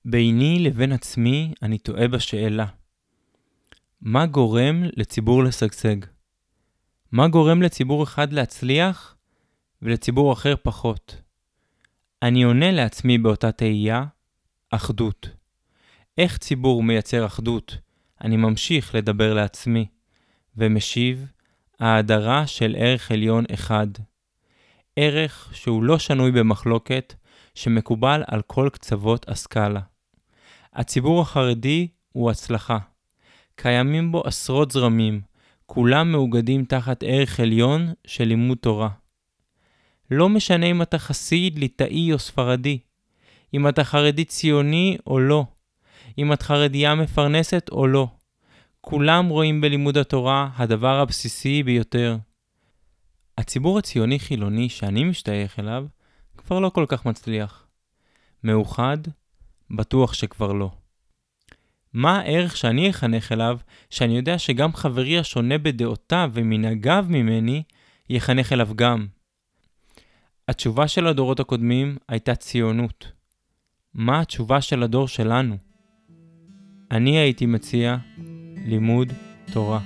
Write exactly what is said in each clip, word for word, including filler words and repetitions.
ביני לבין עצמי אני טועה בשאלה. מה גורם לציבור לשגשג? מה גורם לציבור אחד להצליח ולציבור אחר פחות? אני עונה לעצמי באותה תהייה, אחדות. איך ציבור מייצר אחדות? אני ממשיך לדבר לעצמי, ומשיב, ההדרה של ערך עליון אחד. ערך שהוא לא שנוי במחלוקת, שמקובל על כל קצוות הסקאלה. הציבור החרדי הוא הצלחה. קיימים בו עשרות זרמים, כולם מאוגדים תחת ערך עליון של לימוד תורה. לא משנה אם אתה חסיד, ליטאי או ספרדי, אם אתה חרדי ציוני או לא, אם את חרדיה מפרנסת או לא. כולם רואים בלימוד התורה הדבר הבסיסי ביותר. הציבור הציוני חילוני שאני משתייך אליו כבר לא כל כך מצליח. מאוחד, בטוח שכבר לא. מה הערך שאני אחנך אליו, שאני יודע שגם חברי השונה בדעותיו ומנהגיו ממני, יחנך אליו גם? התשובה של הדורות הקודמים הייתה ציונות. מה התשובה של הדור שלנו? אני הייתי מציע לימוד תורה.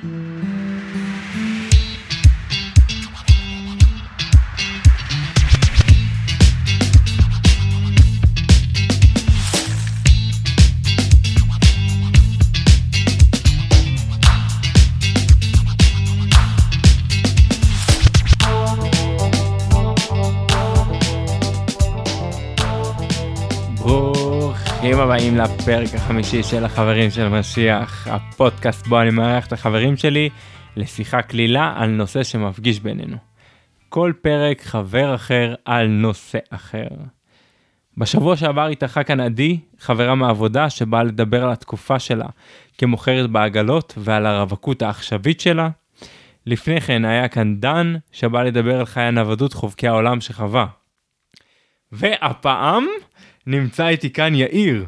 ברוכים הבאים לפרק החמישי של החברים של משיח, הפודקאסט בו אני מארח את החברים שלי לשיחה כלילה על נושא שמפגיש בינינו. כל פרק חבר אחר על נושא אחר. בשבוע שעבר התארחה כאן עדי, חברה מעבודה שבאה לדבר על התקופה שלה כמוכרת בעגלות ועל הרווקות העכשווית שלה. לפני כן היה כאן דן שבא לדבר על חיי הנוודות חובקי העולם שחווה. והפעם נמצא איתי כאן יאיר.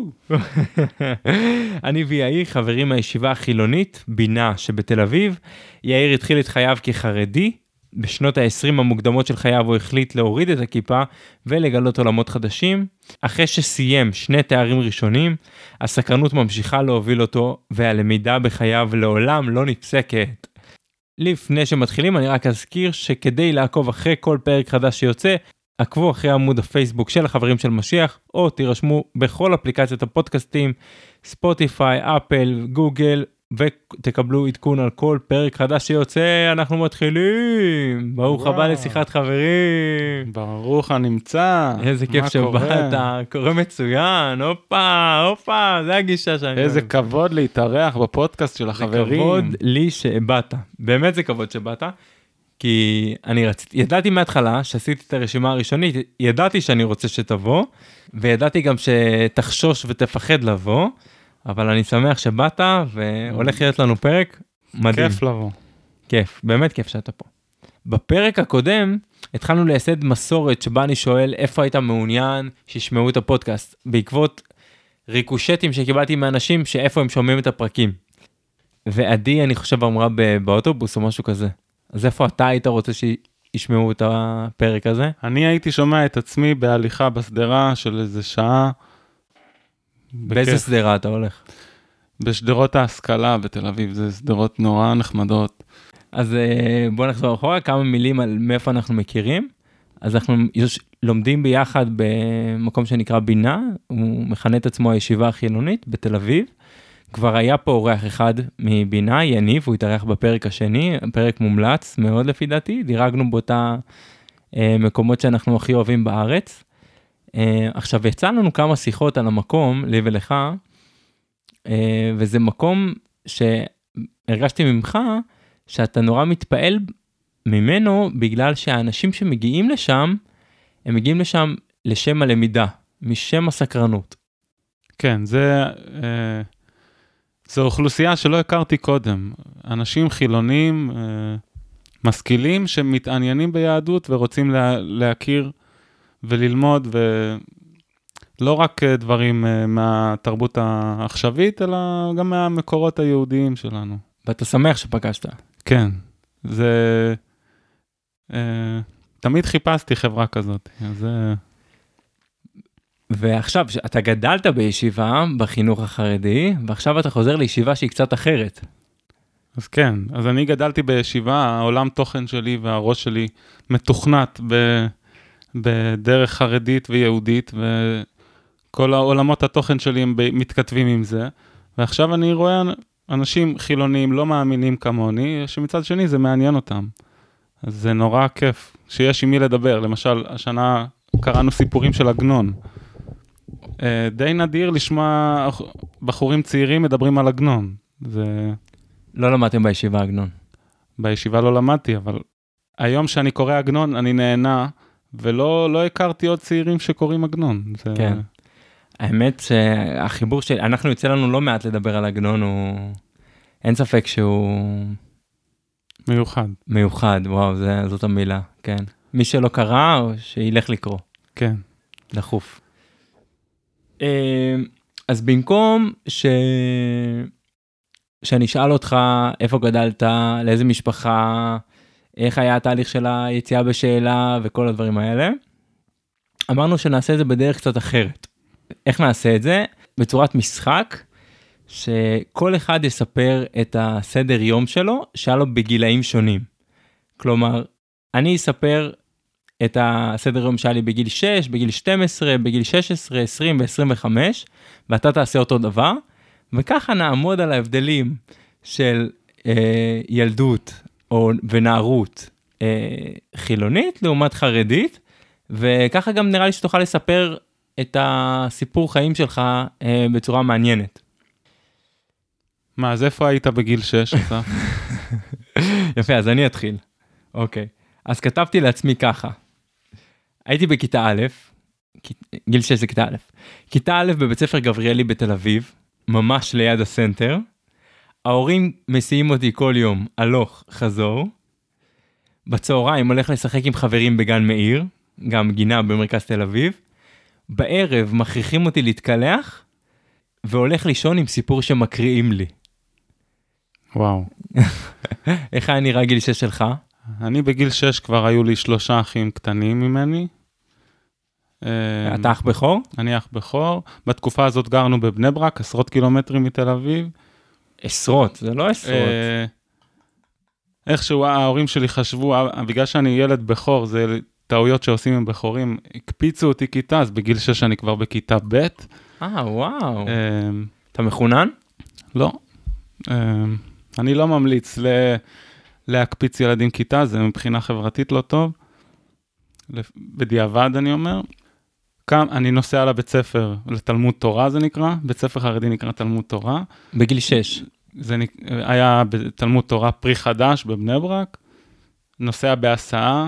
אני ויאיר חברים מהישיבה החילונית, בינה שבתל אביב. יאיר התחיל את חייו כחרדי. בשנות ה-עשרים המוקדמות של חייו הוא החליט להוריד את הכיפה ולגלות עולמות חדשים. אחרי שסיים שני תארים ראשונים, הסקרנות ממשיכה להוביל אותו, והלמידה בחייו לעולם לא נפסקת. לפני שמתחילים אני רק אזכיר שכדי לעקוב אחרי כל פרק חדש שיוצא, עקבו אחרי עמוד הפייסבוק של החברים של משיח, או תירשמו בכל אפליקציות הפודקאסטים, ספוטיפיי, אפל, גוגל, ותקבלו עדכון על כל פרק חדש שיוצא. אנחנו מתחילים. ברוך הבא לשיחת חברים. ברוך הנמצא. איזה כיף שבאת, קורא מצוין. הופה, הופה, זה הגישה שאני... איזה כבוד להתארח בפודקאסט של החברים. זה כבוד לי שבאת. באמת זה כבוד שבאת. כי אני רציתי, ידעתי מההתחלה שעשיתי את הרשימה הראשונית, ידעתי שאני רוצה שתבוא, וידעתי גם שתחשוש ותפחד לבוא, אבל אני שמח שבאת, והולך להיות לנו פרק מדהים. כיף לבוא. כיף, באמת כיף שאתה פה. בפרק הקודם, התחלנו לייסד מסורת שבה אני שואל איפה היית מעוניין שישמעו את הפודקאסט, בעקבות ריקושטים שקיבלתי מאנשים שאיפה הם שומעים את הפרקים. ועדי, אני חושב, אמרה באוטובוס או משהו כזה. אז איפה אתה היית רוצה שישמעו את הפרק הזה? אני הייתי שומע את עצמי בהליכה בסדרה של איזה שעה. באיזה סדרה אתה הולך? בשדרות ההשכלה בתל אביב, זה סדרות נורא נחמדות. אז בוא נחזור אחורה, כמה מילים על מאיפה אנחנו מכירים. אז אנחנו לומדים ביחד במקום שנקרא בינה, הוא מכנה את עצמו הישיבה החילונית בתל אביב. כבר היה פה אורח אחד מבינה, יניב, הוא התארח בפרק השני, פרק מומלץ מאוד לפי דעתי, דירגנו באותה אה, מקומות שאנחנו הכי אוהבים בארץ. אה, עכשיו, יצא לנו כמה שיחות על המקום, לי ולך, אה, וזה מקום שהרגשתי ממך, שאתה נורא מתפעל ממנו, בגלל שהאנשים שמגיעים לשם, הם מגיעים לשם לשם הלמידה, משם הסקרנות. כן, זה... אה... זו אוכלוסייה שלא הכרתי קודם, אנשים חילונים, משכילים שמתעניינים ביהדות ורוצים לה, להכיר וללמוד, ולא רק דברים מהתרבות העכשווית, אלא גם מהמקורות היהודיים שלנו. ואתה שמח שפגשת? כן, זה... תמיד חיפשתי חברה כזאת, אז... ועכשיו, אתה גדלת בישיבה בחינוך החרדי, ועכשיו אתה חוזר לישיבה שהיא קצת אחרת. אז כן, אז אני גדלתי בישיבה, העולם תוכן שלי והראש שלי מתוכנת ב, בדרך חרדית ויהודית, וכל העולמות התוכן שלי הם ב, מתכתבים עם זה, ועכשיו אני רואה אנשים חילוניים לא מאמינים כמוני, שמצד שני זה מעניין אותם. אז זה נורא כיף שיש עם מי לדבר. למשל, השנה קראנו סיפורים של עגנון. די נדיר לשמוע בחורים צעירים מדברים על עגנון. זה... לא למדתם בישיבה עגנון. בישיבה לא למדתי, אבל היום שאני קורא עגנון, אני נהנה, ולא לא הכרתי עוד צעירים שקוראים עגנון. זה... כן. האמת שהחיבור שלי, אנחנו יוצא לנו לא מעט לדבר על עגנון, הוא... אין ספק שהוא... מיוחד. מיוחד, וואו, זה, זאת המילה, כן. מי שלא קרא, שילך לקרוא. כן. דחוף. אז במקום ש... שאני אשאל אותך איפה גדלת, לאיזה משפחה, איך היה התהליך של היציאה בשאלה וכל הדברים האלה, אמרנו שנעשה את זה בדרך קצת אחרת. איך נעשה את זה? בצורת משחק, שכל אחד יספר את הסדר יום שלו, שהיה לו בגילאים שונים. כלומר, אני אספר את הסדר יום שהיה לי בגיל שש, בגיל שתים עשרה, בגיל שש עשרה, עשרים ו-עשרים וחמש, ואתה תעשה אותו דבר, וככה נעמוד על ההבדלים של אה, ילדות או, ונערות אה, חילונית לעומת חרדית, וככה גם נראה לי שתוכל לספר את הסיפור חיים שלך אה, בצורה מעניינת. מה, אז איפה היית בגיל שש? יפה, אז אני אתחיל. אוקיי. אז כתבתי לעצמי ככה. הייתי בכיתה א', גיל שש זה כיתה א', כיתה א' בבית ספר גבריאלי בתל אביב, ממש ליד הסנטר. ההורים מסיעים אותי כל יום, הלוך, חזור. בצהריים הולך לשחק עם חברים בגן מאיר, גם גינה במרכז תל אביב. בערב מכריחים אותי להתקלח, והולך לישון עם סיפור שמקריאים לי. וואו. איך היה נראה גיל שש שלך? אני בגיל שש כבר היו לי שלושה אחים קטנים ממני. אתה אח בכור? אני אח בכור. בתקופה הזאת גרנו בבני ברק, עשרות קילומטרים מתל אביב. עשרות, זה לא עשרות. איכשהו ההורים שלי חשבו, בגלל שאני ילד בכור, זה טעויות שעושים עם בכורים, הקפיצו אותי כיתה, אז בגיל שש אני כבר בכיתה ב'. אה, וואו. אתה מחונן? לא. אני לא ממליץ להקפיץ ילדים כיתה, זה מבחינה חברתית לא טוב. בדיעבד אני אומר. אני נוסע לבית ספר, לתלמוד תורה זה נקרא, בית ספר חרדי נקרא תלמוד תורה. בגיל שש. זה היה בתלמוד תורה פרי חדש בבני ברק, נוסע בהסעה,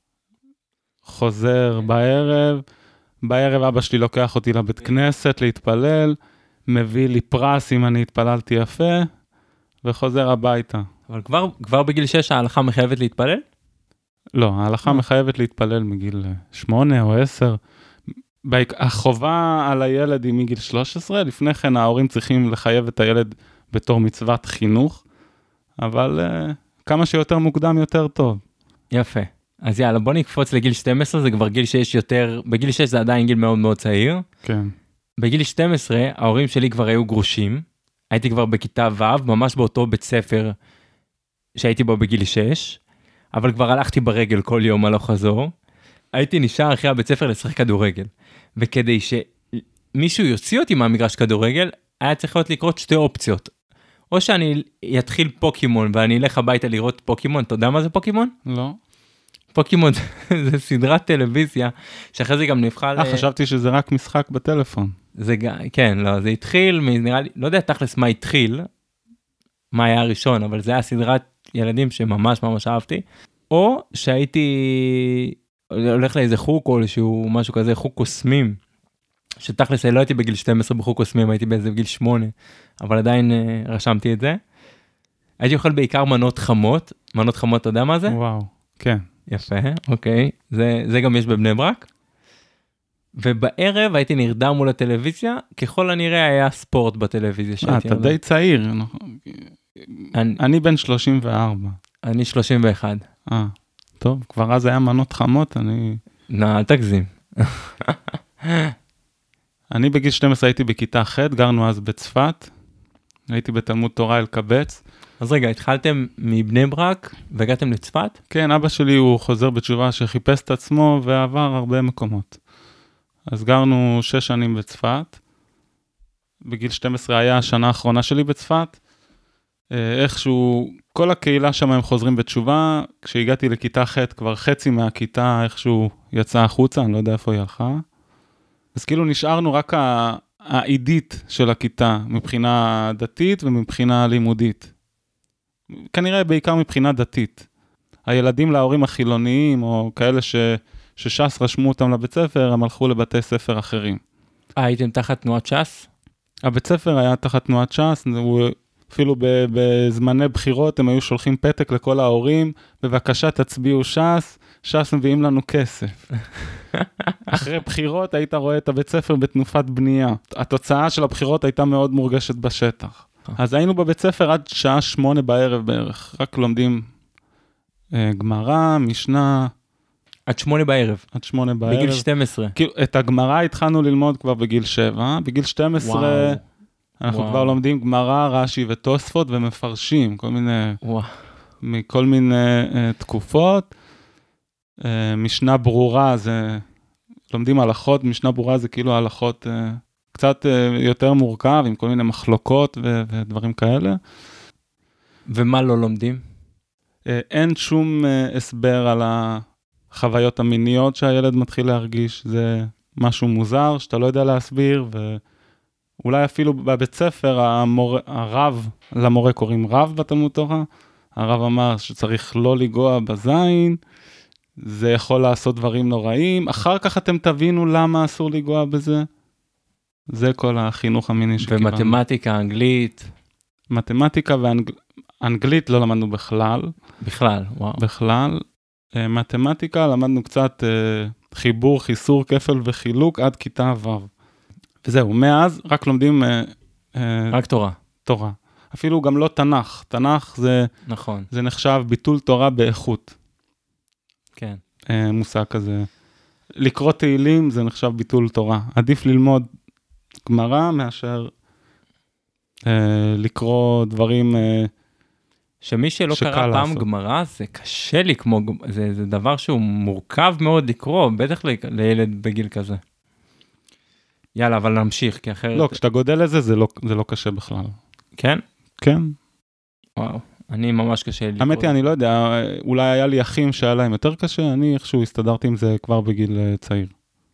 חוזר בערב, בערב אבא שלי לוקח אותי לבית כנסת להתפלל, מביא לי פרס אם אני התפללתי יפה, וחוזר הביתה. אבל כבר, כבר בגיל שש ההלכה מחייבת להתפלל? לא, ההלכה מחייבת להתפלל מגיל שמונה או עשר. החובה על הילד היא מגיל שלוש עשרה, לפני כן ההורים צריכים לחייב את הילד בתור מצוות חינוך, אבל uh, כמה שיותר מוקדם יותר טוב. יפה. אז יאללה, בוא נקפוץ לגיל שתים עשרה, זה כבר גיל שיש יותר, בגיל שש זה עדיין גיל מאוד מאוד צעיר. כן. בגיל שתים עשרה, ההורים שלי כבר היו גרושים, הייתי כבר בכיתה ו', ממש באותו בית ספר שהייתי בו בגיל שש, אבל כבר הלכתי ברגל כל יום הלוך חזור, הייתי נשאר אחרי הבית ספר לשחק כדורגל, וכדי שמישהו יוציא אותי מהמגרש כדורגל, היה צריך להיות לקרות שתי אופציות, או שאני אתחיל פוקימון, ואני אלך הביתה לראות פוקימון, אתה יודע מה זה פוקימון? לא. פוקימון זה סדרת טלוויזיה, שאחרי זה גם נבחר... אה, חשבתי שזה רק משחק בטלפון. זה גם, כן, לא, זה התחיל, נראה לי, לא יודע תכלס מה התחיל, מה היה הראשון, אבל זה היה סדרת ילדים שממש ממש אהבתי, או שהייתי הולך לאיזה חוק או איזשהו משהו כזה, חוק קוסמים, שתכלס לא הייתי בגיל שתים עשרה בחוק קוסמים, הייתי באיזה בגיל שמונה, אבל עדיין uh, רשמתי את זה. הייתי אוכל בעיקר מנות חמות, מנות חמות, אתה יודע מה זה? וואו, כן. יפה, אוקיי, זה, זה גם יש בבני ברק. ובערב הייתי נרדם מול הטלוויזיה, ככל הנראה היה ספורט בטלוויזיה. אה, אתה די צעיר. אני, אני בן שלושים וארבע. אני שלושים ואחת. אה, טוב, כבר אז היה מנות חמות, אני... לא, אל תגזים. אני בגיל שתים עשרה הייתי בכיתה ח', גרנו אז בצפת, הייתי בתלמוד תורה אלקבץ. אז רגע, התחלתם מבני ברק והגעתם לצפת? כן, אבא שלי הוא חוזר בתשובה שחיפש את עצמו ועבר הרבה מקומות. אז גרנו שש שנים בצפת, בגיל שתים עשרה היה השנה האחרונה שלי בצפת, איכשהו, כל הקהילה שם הם חוזרים בתשובה, כשהגעתי לכיתה ח' כבר חצי מהכיתה איכשהו יצא החוצה, אני לא יודע איפה היא הלכה, אז כאילו נשארנו רק העידית של הכיתה, מבחינה דתית ומבחינה לימודית. כנראה בעיקר מבחינה דתית. הילדים להורים החילוניים, או כאלה ש, שש"ס רשמו אותם לבית ספר, הם הלכו לבתי ספר אחרים. אה, הייתם תחת תנועת ש"ס? הבית ספר היה תחת תנועת ש"ס, הוא, אפילו בזמני בחירות הם היו שולחים פתק לכל ההורים, בבקשה תצביעו ש"ס, ש"ס מביאים לנו כסף. אחרי בחירות היית רואה את הבית ספר בתנופת בנייה. התוצאה של הבחירות הייתה מאוד מורגשת בשטח. אז היינו בבית ספר עד שעה שמונה בערב בערך, רק לומדים אה, גמרא, משנה. עד שמונה בערב? עד שמונה בערב. בגיל שתים עשרה? כאילו, את הגמרא התחלנו ללמוד כבר בגיל שבע, בגיל שתים עשרה וואו. אנחנו וואו. כבר לומדים גמרא, רש"י ותוספות ומפרשים, כל מיני, וואו. מכל מיני אה, תקופות. אה, משנה ברורה זה, לומדים הלכות, משנה ברורה זה כאילו הלכות... אה, קצת יותר מורכב, עם כל מיני מחלוקות ו- ודברים כאלה. ומה לא לומדים? אין שום הסבר על החוויות המיניות שהילד מתחיל להרגיש, זה משהו מוזר שאתה לא יודע להסביר, ואולי אפילו בבית ספר המורה, הרב, למורה קוראים רב בתלמוד תורה, הרב אמר שצריך לא לגוע בזין, זה יכול לעשות דברים נוראים, אחר כך אתם תבינו למה אסור לגוע בזה, זה כל החינוך המיני שקיבלנו. ומתמטיקה, אנגלית? מתמטיקה ואנגלית לא למדנו בכלל. בכלל, וואו. בכלל. מתמטיקה למדנו קצת חיבור, חיסור, כפל וחילוק עד כיתה ו'. וזהו, מאז רק לומדים... רק תורה. תורה. אפילו גם לא תנ"ך. תנ"ך זה... נכון. זה נחשב ביטול תורה באיכות. כן. מושג כזה. לקרוא תהילים זה נחשב ביטול תורה. עדיף ללמוד גמרא מאשר אה, לקרוא דברים אה, שמי שלא קרא פעם גמרא, זה קשה לי כמו, זה, זה דבר שהוא מורכב מאוד לקרוא, בטח ל, לילד בגיל כזה. יאללה, אבל נמשיך, כי אחרת... לא, כשאתה גודל לזה, זה לא, זה לא קשה בכלל. כן? כן. וואו, אני ממש קשה לי לקרוא. האמת היא, אני לא יודע, אולי היה לי אחים שהיה להם יותר קשה, אני איכשהו הסתדרתי עם זה כבר בגיל צעיר.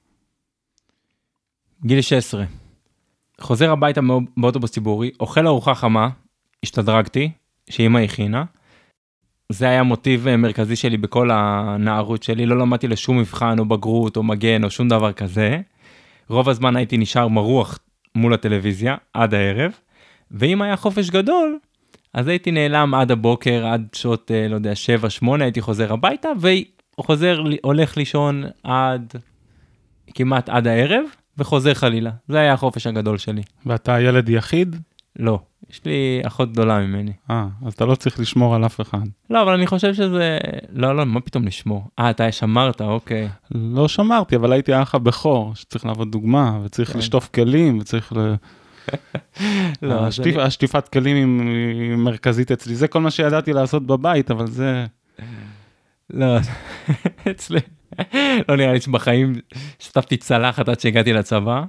גיל שש עשרה. חוזר הביתה באוטובוס ציבורי, אוכל ארוחה חמה, השתדרגתי, שאמא הכינה. זה היה מוטיב מרכזי שלי בכל הנערות שלי, לא למדתי לשום מבחן או בגרות או מגן או שום דבר כזה. רוב הזמן הייתי נשאר מרוח מול הטלוויזיה עד הערב, ואם היה חופש גדול, אז הייתי נעלם עד הבוקר, עד שעות, לא יודע, שבע, שמונה, הייתי חוזר הביתה, וחוזר, הולך לישון עד, כמעט עד הערב, וחוזר חלילה. זה היה החופש הגדול שלי. ואתה ילד יחיד? לא, יש לי אחות גדולה ממני. אה, אז אתה לא צריך לשמור על אף אחד. לא, אבל אני חושב שזה... לא, לא, מה פתאום לשמור? אה, אתה שמרת, אוקיי. לא שמרתי, אבל הייתי האח הבכור, שצריך לעבוד דוגמה, וצריך כן. לשטוף כלים, וצריך ל... לא, השטיפ, אני... השטיפת כלים היא מרכזית אצלי. זה כל מה שידעתי לעשות בבית, אבל זה... לא, אצלי... לא נראה לי שבחיים שטפתי צלחת עד שהגעתי לצבא.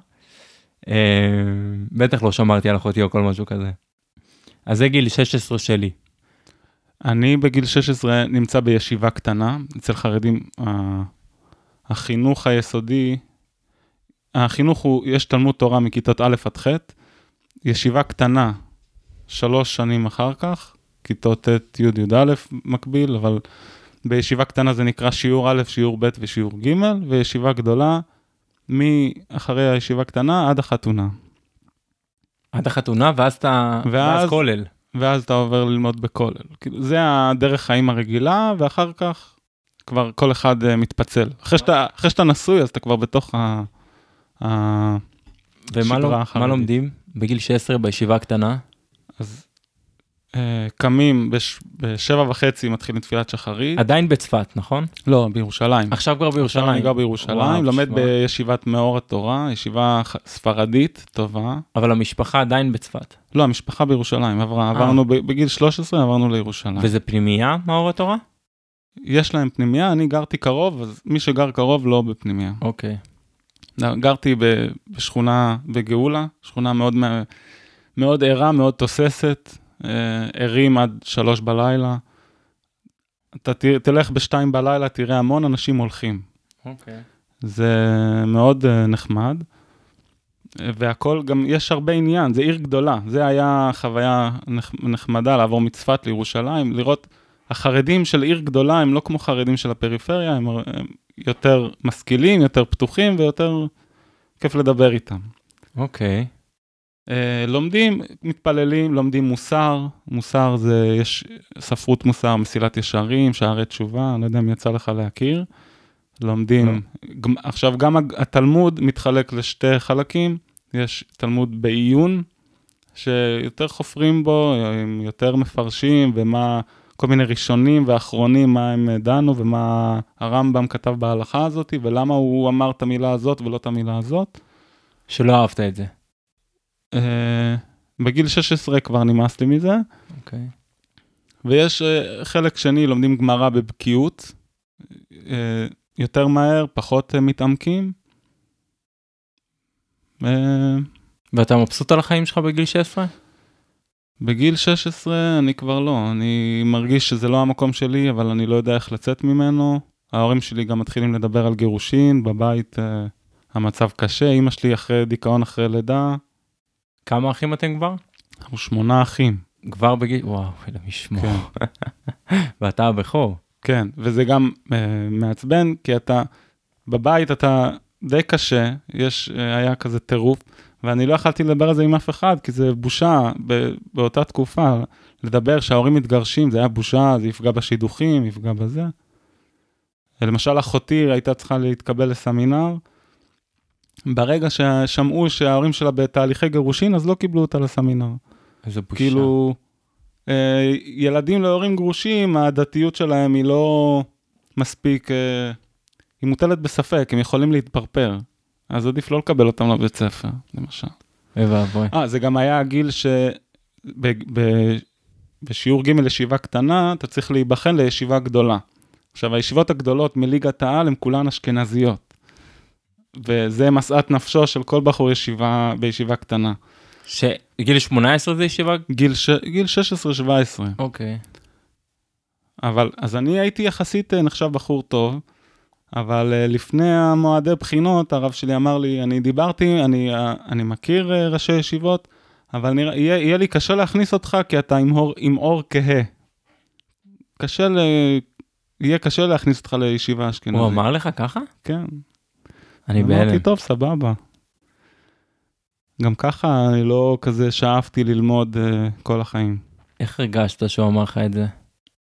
בטח לא שמרתי על אחותי או כל משהו כזה. אז זה גיל שש עשרה שלי. אני בגיל שש עשרה נמצא בישיבה קטנה, אצל חרדים, החינוך היסודי, החינוך הוא, יש תלמוד תורה מכיתות א' עד ח', ישיבה קטנה, שלוש שנים אחר כך, כיתות ט', י', י' א' מקביל, אבל בישיבה קטנה זה נקרא שיעור א', שיעור ב' ושיעור ג', וישיבה גדולה, מאחרי הישיבה קטנה עד החתונה. עד החתונה, ואז אתה... ואז, ואז כולל. ואז אתה עובר ללמוד בכולל. זה הדרך חיים הרגילה, ואחר כך כבר כל אחד uh, מתפצל. אחרי שאתה, אחרי שאתה נשוי, אז אתה כבר בתוך ה... ומה לא, מה לומדים? בגיל שש עשרה בישיבה הקטנה? אז קמים בשבע וחצי, מתחילים תפילת שחרית. עדיין בצפת, נכון? לא, בירושלים. עכשיו כבר בירושלים. עכשיו אני גר בירושלים, לומד בישיבת מאור התורה, ישיבה ספרדית טובה. אבל המשפחה עדיין בצפת. לא, המשפחה בירושלים, עברנו בגיל שלוש עשרה, עברנו לירושלים. וזה פנימייה, מאור התורה? יש להם פנימייה, אני גרתי קרוב, אז מי שגר קרוב לא בפנימייה. אוקיי. גרתי בשכונה בגאולה, שכונה מאוד מאוד ערה, מאוד תוססת, ערים עד שלוש בלילה. אתה תלך בשתיים בלילה, תראה המון אנשים הולכים. אוקיי. זה מאוד נחמד. והכל, גם יש הרבה עניין, זה עיר גדולה. זה היה חוויה נחמדה לעבור מצפת לירושלים, לראות החרדים של עיר גדולה, הם לא כמו חרדים של הפריפריה, הם, הם יותר משכילים, יותר פתוחים ויותר כיף לדבר איתם. אוקיי. לומדים, מתפללים, לומדים מוסר, מוסר זה, יש ספרות מוסר, מסילת ישרים, שערי תשובה, אני לא יודע אם יצא לך להכיר, לומדים, לא. עכשיו גם התלמוד מתחלק לשתי חלקים, יש תלמוד בעיון, שיותר חופרים בו, יותר מפרשים, ומה, כל מיני ראשונים ואחרונים, מה הם דנו, ומה הרמב"ם כתב בהלכה הזאת, ולמה הוא אמר את המילה הזאת ולא את המילה הזאת. שלא אהבת את זה. Uh, בגיל שש עשרה כבר נמאס לי מזה. אוקיי. Okay. ויש uh, חלק שני, לומדים גמרא בבקיאות, uh, יותר מהר, פחות uh, מתעמקים. Uh, ואתה מבסוט על החיים שלך בגיל שש עשרה? בגיל שש עשרה אני כבר לא, אני מרגיש שזה לא המקום שלי, אבל אני לא יודע איך לצאת ממנו. ההורים שלי גם מתחילים לדבר על גירושין, בבית uh, המצב קשה, אמא שלי אחרי דיכאון אחרי לידה. כמה אחים אתם כבר? אנחנו שמונה אחים. כבר בגיל, וואו, אלא משמור. כן. ואתה הבכור. כן, וזה גם uh, מעצבן, כי אתה, בבית אתה די קשה, יש, uh, היה כזה טירוף, ואני לא יכלתי לדבר על זה עם אף אחד, כי זה בושה ב, באותה תקופה, לדבר שההורים מתגרשים, זה היה בושה, זה יפגע בשידוכים, יפגע בזה. למשל, אחותי הייתה צריכה להתקבל לסמינר, ברגע ששמעו שההורים שלה בתהליכי גירושין, אז לא קיבלו אותה לסמינר. איזה בושה. כאילו, אה, ילדים להורים גרושים, הדתיות שלהם היא לא מספיק, אה, היא מוטלת בספק, הם יכולים להתפרפר. אז עדיף לא לקבל אותם לבית ספר, למשל. איבה, בואי. אה, זה גם היה הגיל ש... ב, ב, בשיעור ג' לישיבה קטנה, אתה צריך להיבחן לישיבה גדולה. עכשיו, הישיבות הגדולות מליגת העל, הן כולן אשכנזיות. וזה מסעת נפשו של כל בחור ישיבה, בישיבה קטנה. שגיל שמונה עשרה זה ישיבה? גיל, ש... גיל שש עשרה שבע עשרה. אוקיי. אבל, אז אני הייתי יחסית נחשב בחור טוב, אבל לפני המועדי בחינות, הרב שלי אמר לי, אני דיברתי, אני, אני מכיר ראשי ישיבות, אבל נראה, יהיה, יהיה לי קשה להכניס אותך, כי אתה עם אור, עם אור כהה. קשה ל... יהיה קשה להכניס אותך לישיבה אשכנזית. הוא אמר לך ככה? כן. אני בהלם. אמרתי, טוב, סבבה. גם ככה אני לא כזה שאפתי ללמוד uh, כל החיים. איך הרגשת שהוא אמר לך את זה?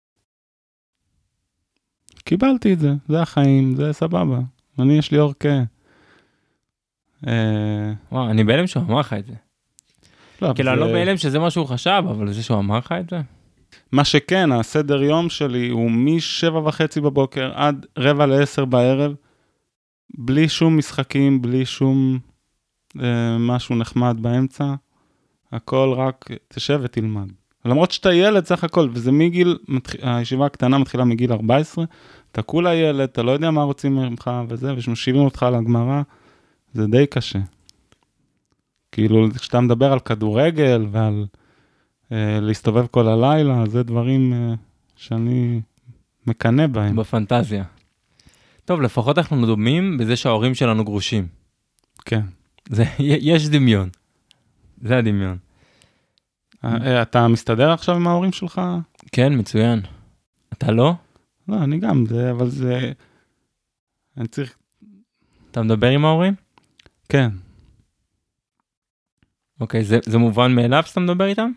קיבלתי את זה, זה החיים, זה סבבה. אני יש לי אור כהה. Uh, וואו, אני בהלם שהוא אמר לך את זה. לא, כאילו, זה... אני לא בהלם שזה מה שהוא חשב, אבל זה שהוא אמר לך את זה? מה שכן, הסדר יום שלי הוא משבע וחצי בבוקר עד רבע לעשר בערב, בלי שום משחקים, בלי שום אה, משהו נחמד באמצע, הכל רק תשב ותלמד. למרות שאתה ילד, סך הכל, וזה מגיל, הישיבה הקטנה מתחילה מגיל ארבע עשרה, אתה כולה ילד, אתה לא יודע מה רוצים ממך וזה, ושמשיבים אותך על הגמרא, זה די קשה. כאילו, כשאתה מדבר על כדורגל ועל אה, להסתובב כל הלילה, זה דברים אה, שאני מקנה בהם. בפנטזיה. טוב, לפחות אנחנו דומים בזה שההורים שלנו גרושים. כן. זה, יש דמיון. זה הדמיון. אתה מסתדר עכשיו עם ההורים שלך? כן, מצוין. אתה לא? לא, אני גם, זה, אבל זה... אני צריך... אתה מדבר עם ההורים? כן. אוקיי, זה, זה מובן מאליו שאתה מדבר איתם?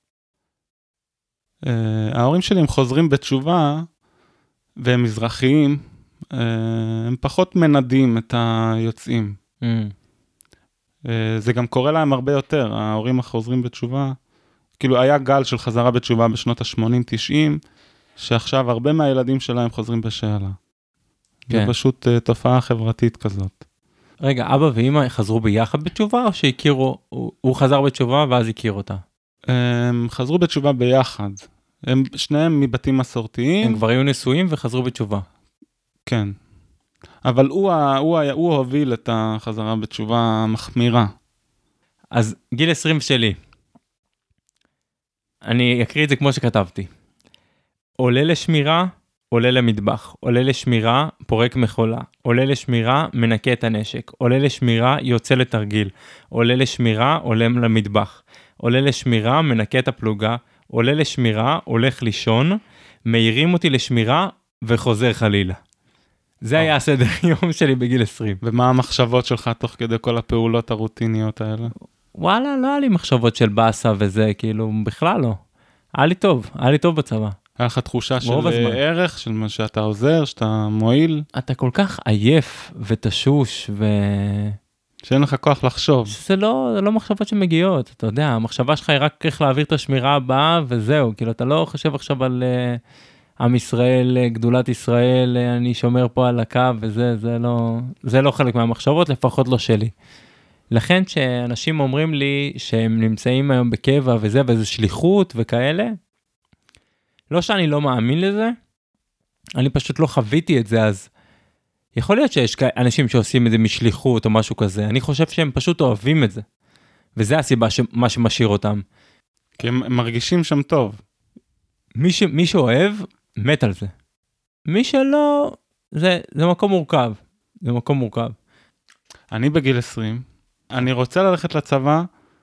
Uh, ההורים שלי הם חוזרים בתשובה, והם מזרחיים, uh, הם פחות מנדים את היוצאים. Mm. Uh, זה גם קורה להם הרבה יותר, ההורים החוזרים בתשובה, כאילו היה גל של חזרה בתשובה בשנות ה-שמונים תשעים, שעכשיו הרבה מהילדים שלהם חוזרים בשאלה. כן. זה פשוט uh, תופעה חברתית כזאת. רגע, אבא ואמא חזרו ביחד בתשובה, או שהכירו, הוא, הוא חזר בתשובה ואז הכיר אותה? הם חזרו בתשובה ביחד. הם שניהם מבתים מסורתיים. הם כבר היו נשואים וחזרו בתשובה. כן. אבל הוא, הוא, הוא, הוא הוביל את החזרה בתשובה מחמירה. אז גיל עשרים שלי. אני אקריא את זה כמו שכתבתי. עולה לשמירה, עולה למטבח. עולה לשמירה, פורק מחולה. עולה לשמירה, מנקה את הנשק. עולה לשמירה, יוצא לתרגיל. עולה לשמירה, עולה למטבח. עולה לשמירה, מנקה את הפלוגה. עולה לשמירה, הולך לישון. מעירים אותי לשמירה וחוזר חלילה. זה היה הסדר יום שלי בגיל עשרים. ומה המחשבות שלך תוך כדי כל הפעולות הרוטיניות האלה? וואלה, לא היה לי מחשבות של באסה וזה, כאילו, בכלל לא. היה לי טוב, היה לי טוב בצבא. היה לך תחושה של הזמן. ערך, של מה שאתה עוזר, שאתה מועיל? אתה כל כך עייף ותשוש ו... שאין לך כוח לחשוב. שזה לא, זה לא מחשבות שמגיעות, אתה יודע, המחשבה שלך היא רק איך להעביר את השמירה הבאה וזהו, כאילו, אתה לא חושב עכשיו על uh, עם ישראל, uh, גדולת ישראל, uh, אני שומר פה על הקו וזה, זה לא, זה לא חלק מהמחשבות, לפחות לא שלי. לכן שאנשים אומרים לי שהם נמצאים היום בקבע וזה, וזה שליחות וכאלה, לא שאני לא מאמין לזה, אני פשוט לא חוויתי את זה, אז יכול להיות שיש אנשים שעושים את זה משליחות או משהו כזה, אני חושב שהם פשוט אוהבים את זה, וזה הסיבה מה שמשאיר אותם. כי הם מרגישים שם טוב. מי, ש, מי שאוהב, מת על זה. מי שלא, זה, זה מקום מורכב, זה מקום מורכב. אני בגיל עשרים, אני רוצה ללכת לצבא,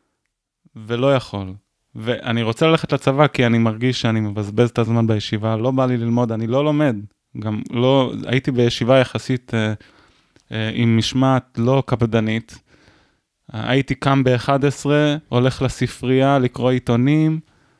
ולא יכול. ואני רוצה ללכת לצבא, כי אני מרגיש שאני מבזבז את הזמן בישיבה, לא בא לי ללמוד, אני לא לומד. גם לא, הייתי בישיבה יחסית אה, אה, עם משמעת לא קפדנית. אה, הייתי קם ב-אחת עשרה, הולך לספרייה, לקרוא עיתונים,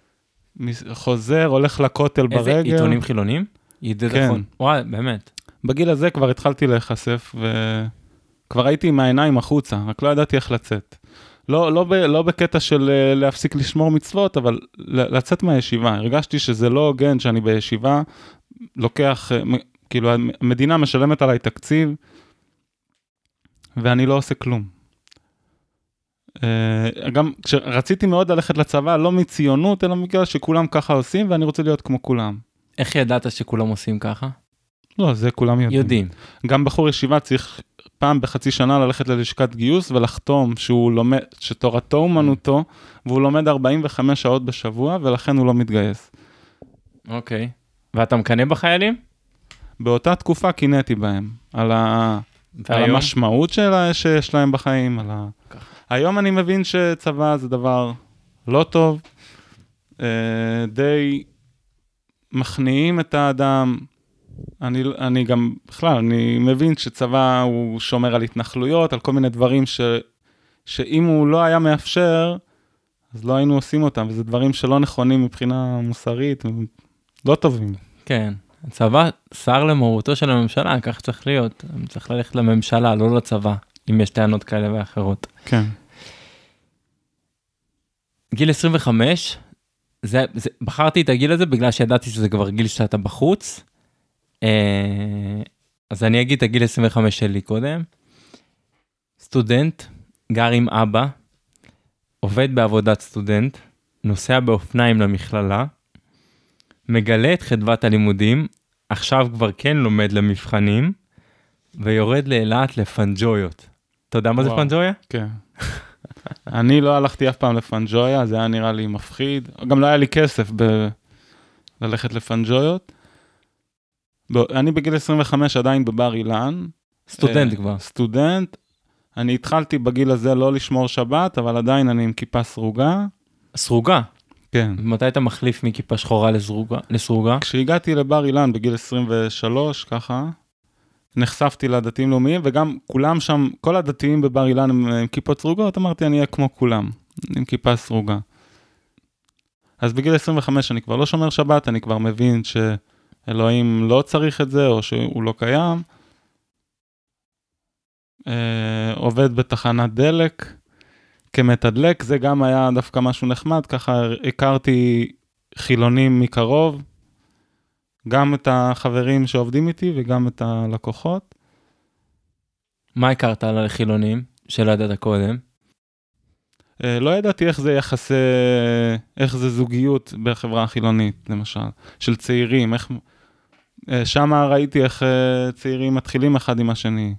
חוזר, הולך לכותל ברגל. איזה עיתונים חילונים? כן. וואי, באמת. בגיל הזה כבר התחלתי להיחשף, וכבר הייתי עם העיניים החוצה, רק לא ידעתי איך לצאת. לא, לא, ב, לא בקטע של להפסיק לשמור מצוות, אבל לצאת מהישיבה. הרגשתי שזה לא הוגן שאני בישיבה, לוקח, כאילו המדינה משלמת עליי תקציב, ואני לא עושה כלום. גם כשרציתי מאוד ללכת לצבא, לא מציונות, אלא בגלל שכולם ככה עושים, ואני רוצה להיות כמו כולם. איך ידעת שכולם עושים ככה? לא, זה כולם יודעים. יודעים. גם בחור ישיבה צריך פעם בחצי שנה ללכת ללשכת גיוס ולחתום שהוא לומד, שתורתו אומנותו, והוא לומד ארבעים וחמש שעות בשבוע, ולכן הוא לא מתגייס. אוקיי. ואתה מקנא בחיילים? באותה תקופה קינאתי בהם, על, ה... על המשמעות שלה, שיש להם בחיים. על ה... היום אני מבין שצבא זה דבר לא טוב, די מכניעים את האדם, אני, אני גם, בכלל, אני מבין שצבא הוא שומר על התנחלויות, על כל מיני דברים ש, שאם הוא לא היה מאפשר, אז לא היינו עושים אותם, וזה דברים שלא נכונים מבחינה מוסרית, לא טובים. כן, הצבא שר למורותו של הממשלה, כך צריך להיות, צריך ללכת לממשלה, לא לצבא, אם יש טענות כאלה ואחרות. כן. גיל עשרים וחמש, זה, זה, בחרתי את הגיל הזה בגלל שידעתי שזה כבר גיל שאתה בחוץ, אז אני אגיד את הגיל עשרים וחמש שלי קודם. סטודנט, גר עם אבא, עובד בעבודת סטודנט, נוסע באופניים למכללה, מגלה את חדוות הלימודים, עכשיו כבר כן לומד למבחנים, ויורד לאילת לפנג'ויות. אתה יודע מה זה פנג'ויה? כן. אני לא הלכתי אף פעם לפנג'ויה, זה היה נראה לי מפחיד. גם לא היה לי כסף ב... ללכת לפנג'ויות. אני בגיל עשרים וחמש עדיין בבר אילן. סטודנט כבר. סטודנט. אני התחלתי בגיל הזה לא לשמור שבת, אבל עדיין אני עם כיפה סרוגה. סרוגה? כן. מתי אתה מחליף מכיפה שחורה לסרוגה? כשהגעתי לבר אילן בגיל עשרים ושלוש, ככה, נחשפתי לדתיים לאומיים, וגם כולם שם, כל הדתיים בבר אילן הם עם כיפות סרוגות, אמרתי אני אהיה כמו כולם, עם כיפה סרוגה. אז בגיל עשרים וחמש אני כבר לא שומר שבת, אני כבר מבין שאלוהים לא צריך את זה, או שהוא לא קיים. אה, עובד בתחנת דלק, כמתדלק, זה גם היה דווקא משהו נחמד, ככה הכרתי חילונים מקרוב, גם את החברים שעובדים איתי וגם את הלקוחות. מה הכרת על החילונים שלא ידעת קודם? לא ידעתי איך זה יחסי, איך זה זוגיות בחברה החילונית, למשל, של צעירים, איך, שם ראיתי איך צעירים מתחילים אחד עם השני.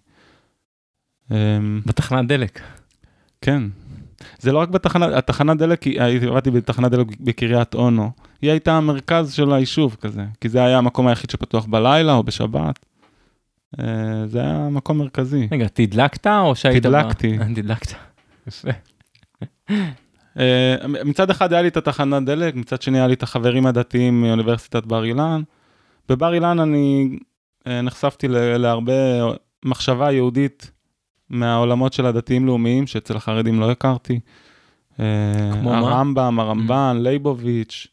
בתחנת דלק. כן. זה לא רק בתחנת, התחנת דלק, עבדתי בתחנת דלק בקריית אונו, היא הייתה המרכז של היישוב כזה, כי זה היה המקום היחיד שפתוח בלילה או בשבת. זה היה מקום מרכזי. רגע, תדלקת או שהיית... תדלקתי. תדלקת. יפה. מצד אחד היה לי את התחנת דלק, מצד שני היה לי את החברים הדתיים מאוניברסיטת בר אילן. בבר אילן אני נחשפתי להרבה מחשבה יהודית מהעולמות של הדתיים לאומיים, שאצל החרדים לא הכרתי. כמו מה? הרמב"ם, הרמב"ן, לייבוביץ',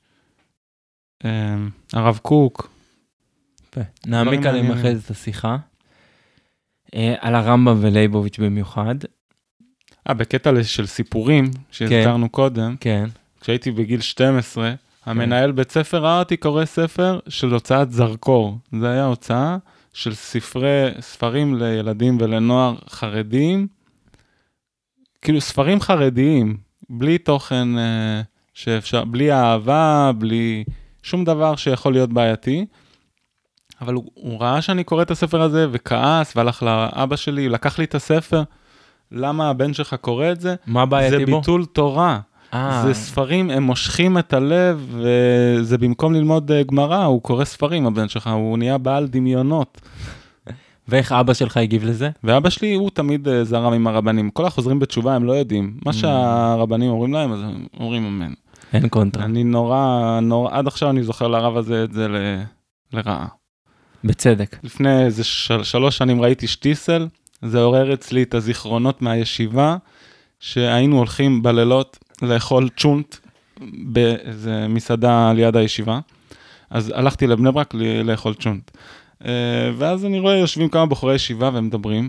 הרב קוק. נעמיק עליהם אחרי את השיחה. על הרמב"ם ולייבוביץ' במיוחד. אה, בקטע של סיפורים שהזכרנו קודם, כן. כשהייתי בגיל שתים עשרה, המנהל בית ספר ראה אותי קורא ספר של הוצאת זרקור. זה היה הוצאה של ספרי, ספרים לילדים ולנוער חרדים, כאילו ספרים חרדיים, בלי תוכן שאפשר, בלי אהבה, בלי שום דבר שיכול להיות בעייתי, אבל הוא, הוא ראה שאני קורא את הספר הזה וכעס, והלך לאבא שלי, לקח לי את הספר, למה הבן שלך קורא את זה? מה בעייתי בו? זה ביטול תורה. אה. זה ספרים, הם מושכים את הלב, וזה במקום ללמוד גמרא, הוא קורא ספרים, הבן שלך, הוא נהיה בעל דמיונות. ואיך אבא שלך הגיב לזה? ואבא שלי הוא תמיד זרם עם הרבנים. כל החוזרים בתשובה הם לא יודעים. מה שהרבנים אומרים להם, אז הם אומרים אמן. אין קונטרה. אני נורא, נורא, עד עכשיו אני זוכר לרב הזה את זה ל, לרעה. בצדק. לפני איזה של, שלוש שנים ראיתי שטיסל, זה עורר אצלי את הזיכרונות מהישיבה, שהיינו הולכים בלילות לאכול צ'ונט באיזה מסעדה ליד הישיבה. אז הלכתי לבני ברק לאכול צ'ונט. ואז אני רואה, יושבים כמה בחורי ישיבה והם מדברים.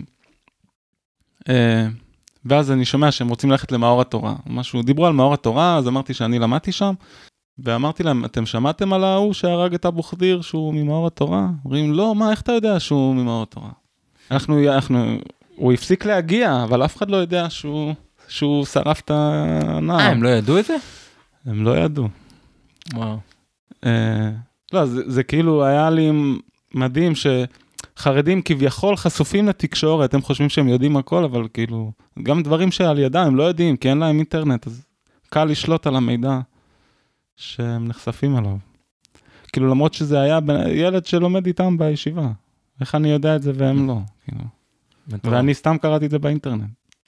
ואז אני שומע שהם רוצים ללכת למאור התורה. משהו, דיברו על מאור התורה, אז אמרתי שאני למדתי שם, ואמרתי להם, אתם שמעתם על ההוא שהרג את אבו חדיר, שהוא ממאור התורה? אומרים, לא, מה, איך אתה יודע שהוא ממאור התורה? אנחנו, אנחנו, הוא הפסיק להגיע, אבל אף אחד לא יודע שהוא, שהוא שרף את הנער. אה, הם לא ידעו את זה? הם לא ידעו. וואו. לא, זה, זה כאילו היה לי מדהים שחרדים כביכול חשופים לתקשורת, הם חושבים שהם יודעים הכל, אבל כאילו, גם דברים שעל ידם הם לא יודעים, כי אין להם אינטרנט, אז קל לשלוט על המידע שהם נחשפים עליו. כאילו, למרות שזה היה ילד שלומד איתם בישיבה. איך אני יודע את זה והם לא, כאילו. ואני סתם קראתי את זה באינטרנט.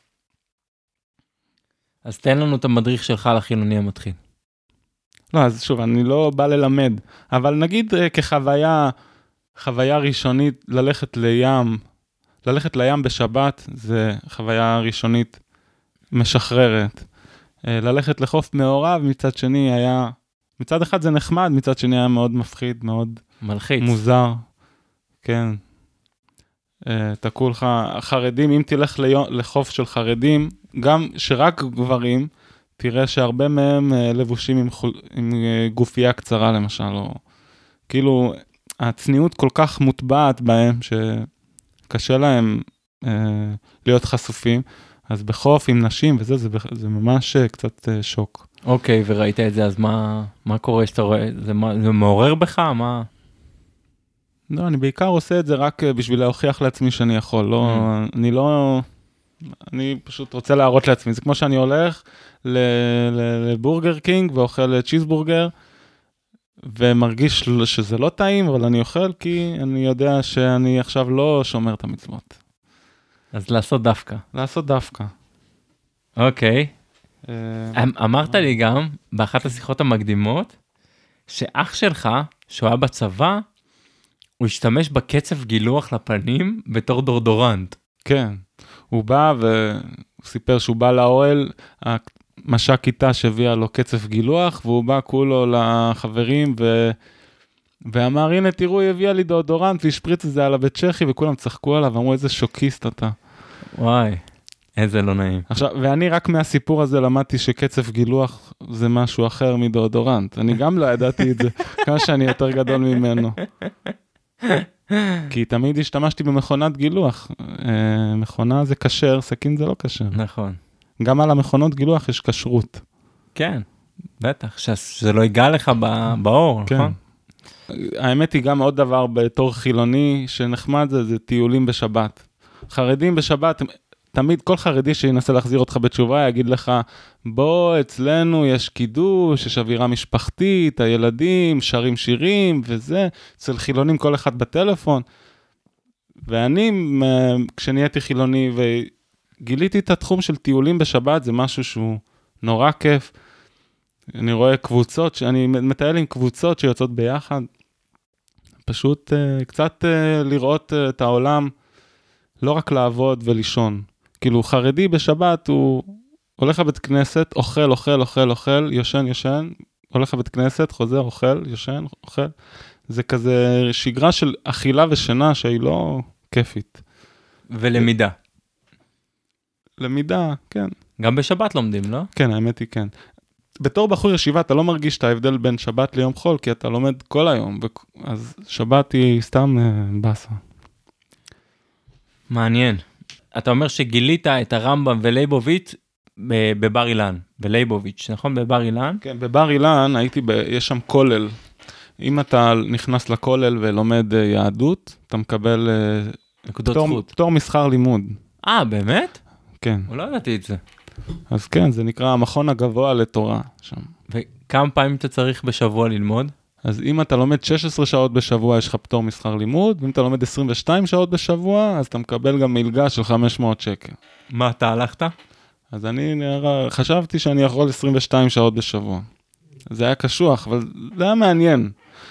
אז תן לנו את המדריך שלך לחילוני המתחיל. לא, אז שוב, אני לא בא ללמד, אבל נגיד כחוויה, חוויה ראשונית, ללכת לים, ללכת לים בשבת, זה חוויה ראשונית משחררת. ללכת לחוף מעורב, מצד שני היה, מצד אחד זה נחמד, מצד שני היה מאוד מפחיד, מאוד מלחיץ. מוזר. כן. תקעו לך, חרדים, אם תלך לחוף של חרדים, גם שרק גברים, תראה שהרבה מהם לבושים עם, חול, עם גופייה קצרה למשל, או כאילו הצניעות כל כך מוטבעת בהם, שקשה להם אה, להיות חשופים, אז בחוף עם נשים וזה, זה, זה ממש קצת אה, שוק. אוקיי, וראית את זה, אז מה, מה קורה שאתה רואה? זה, זה מעורר בך? מה? לא, אני בעיקר עושה את זה רק בשביל להוכיח לעצמי שאני יכול, לא, mm. אני לא... אני פשוט רוצה להראות לעצמי, זה כמו שאני הולך לבורגר קינג ואוכל צ'יזבורגר, ומרגיש שזה לא טעים, אבל אני אוכל כי אני יודע שאני עכשיו לא שומר את המצוות. אז לעשות דווקא. לעשות דווקא. אוקיי. אמרת לי גם, באחת השיחות המקדימות, שאח שלך, שהוא היה בצבא, הוא השתמש בקצף גילוח לפנים בתור דורדורנט. כן. הוא בא וסיפר שהוא בא לאוהל, המש"ק כיתה שהביאה לו קצף גילוח, והוא בא כולו לחברים ו... ואמר, הנה תראו, היא הביאה לי דאודורנט, והשפריץ את זה על הבית צ'כי, וכולם צחקו עליו, ואמרו, איזה שוקיסט אתה. וואי. איזה לא נעים. עכשיו, ואני רק מהסיפור הזה למדתי שקצף גילוח זה משהו אחר מדאודורנט. אני גם לא ידעתי את זה, כמה שאני יותר גדול ממנו. כי תמיד השתמשתי במכונת גילוח. מכונה זה כשר, סכין זה לא כשר. נכון. גם על המכונות גילוח יש כשרות. כן, בטח, שזה לא ייגע לך באור, נכון? האמת היא גם עוד דבר בתור חילוני שנחמד זה, זה טיולים בשבת. חרדים בשבת, תמיד כל חרדי שינסה להחזיר אותך בתשובה, יגיד לך, בוא, אצלנו יש קידוש, יש אווירה משפחתית, הילדים שרים שירים וזה, אצל חילונים כל אחד בטלפון. ואני, כשנהייתי חילוני וגיליתי את התחום של טיולים בשבת, זה משהו שהוא נורא כיף. אני רואה קבוצות, אני מטייל עם קבוצות שיוצאות ביחד, פשוט uh, קצת uh, לראות uh, את העולם, לא רק לעבוד ולישון. כאילו חרדי בשבת הוא הולך לבית כנסת, אוכל, אוכל, אוכל, אוכל, יושן, יושן, הולך לבית כנסת, חוזר, אוכל, יושן, אוכל. זה כזה שגרה של אכילה ושינה שהיא לא כיפית. ולמידה. למידה, כן. גם בשבת לומדים, לא? כן, האמת היא כן. בתור בחור ישיבה, אתה לא מרגיש את ההבדל בין שבת ליום חול, כי אתה לומד כל היום, אז שבת היא סתם בסה. מעניין. אתה אומר שגילית את הרמב"ם ולייבוביץ' בבר אילן, ולייבוביץ', נכון? בבר אילן? כן, בבר אילן הייתי, ב... יש שם כולל. אם אתה נכנס לכולל ולומד יהדות, אתה מקבל פטור, פטור מסחר לימוד. אה, באמת? כן. לא ידעתי את זה. אז כן, זה נקרא המכון הגבוה לתורה שם. וכמה פעמים אתה צריך בשבוע ללמוד? אז אם אתה לומד שש עשרה שעות בשבוע, יש לך פטור משכר לימוד, ואם אתה לומד עשרים ושתיים שעות בשבוע, אז אתה מקבל גם מלגה של חמש מאות שקל. מה, אתה הלכת? אז אני חשבתי שאני יכול עשרים ושתיים שעות בשבוע. זה היה קשוח, אבל זה היה מעניין.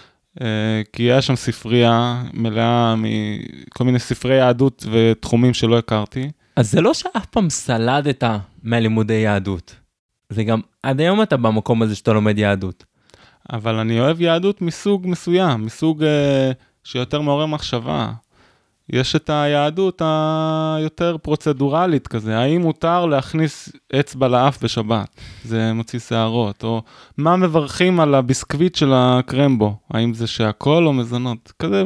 כי היה שם ספרייה מלאה מכל מיני ספרי יהדות ותחומים שלא הכרתי. אז זה לא שאף פעם סלדת מהלימודי יהדות. זה גם, עד היום אתה במקום הזה שאתה לומד יהדות. אבל אני אוהב יהדות מסוג מסוים, מסוג אה, שיותר מעורר מחשבה. יש את היהדות היותר פרוצדורלית כזה, האם מותר להכניס אצבע לאף בשבת? זה מוציא שערות. או מה מברכים על הביסקוויט של הקרמבו? האם זה שהכל או מזונות? כזה...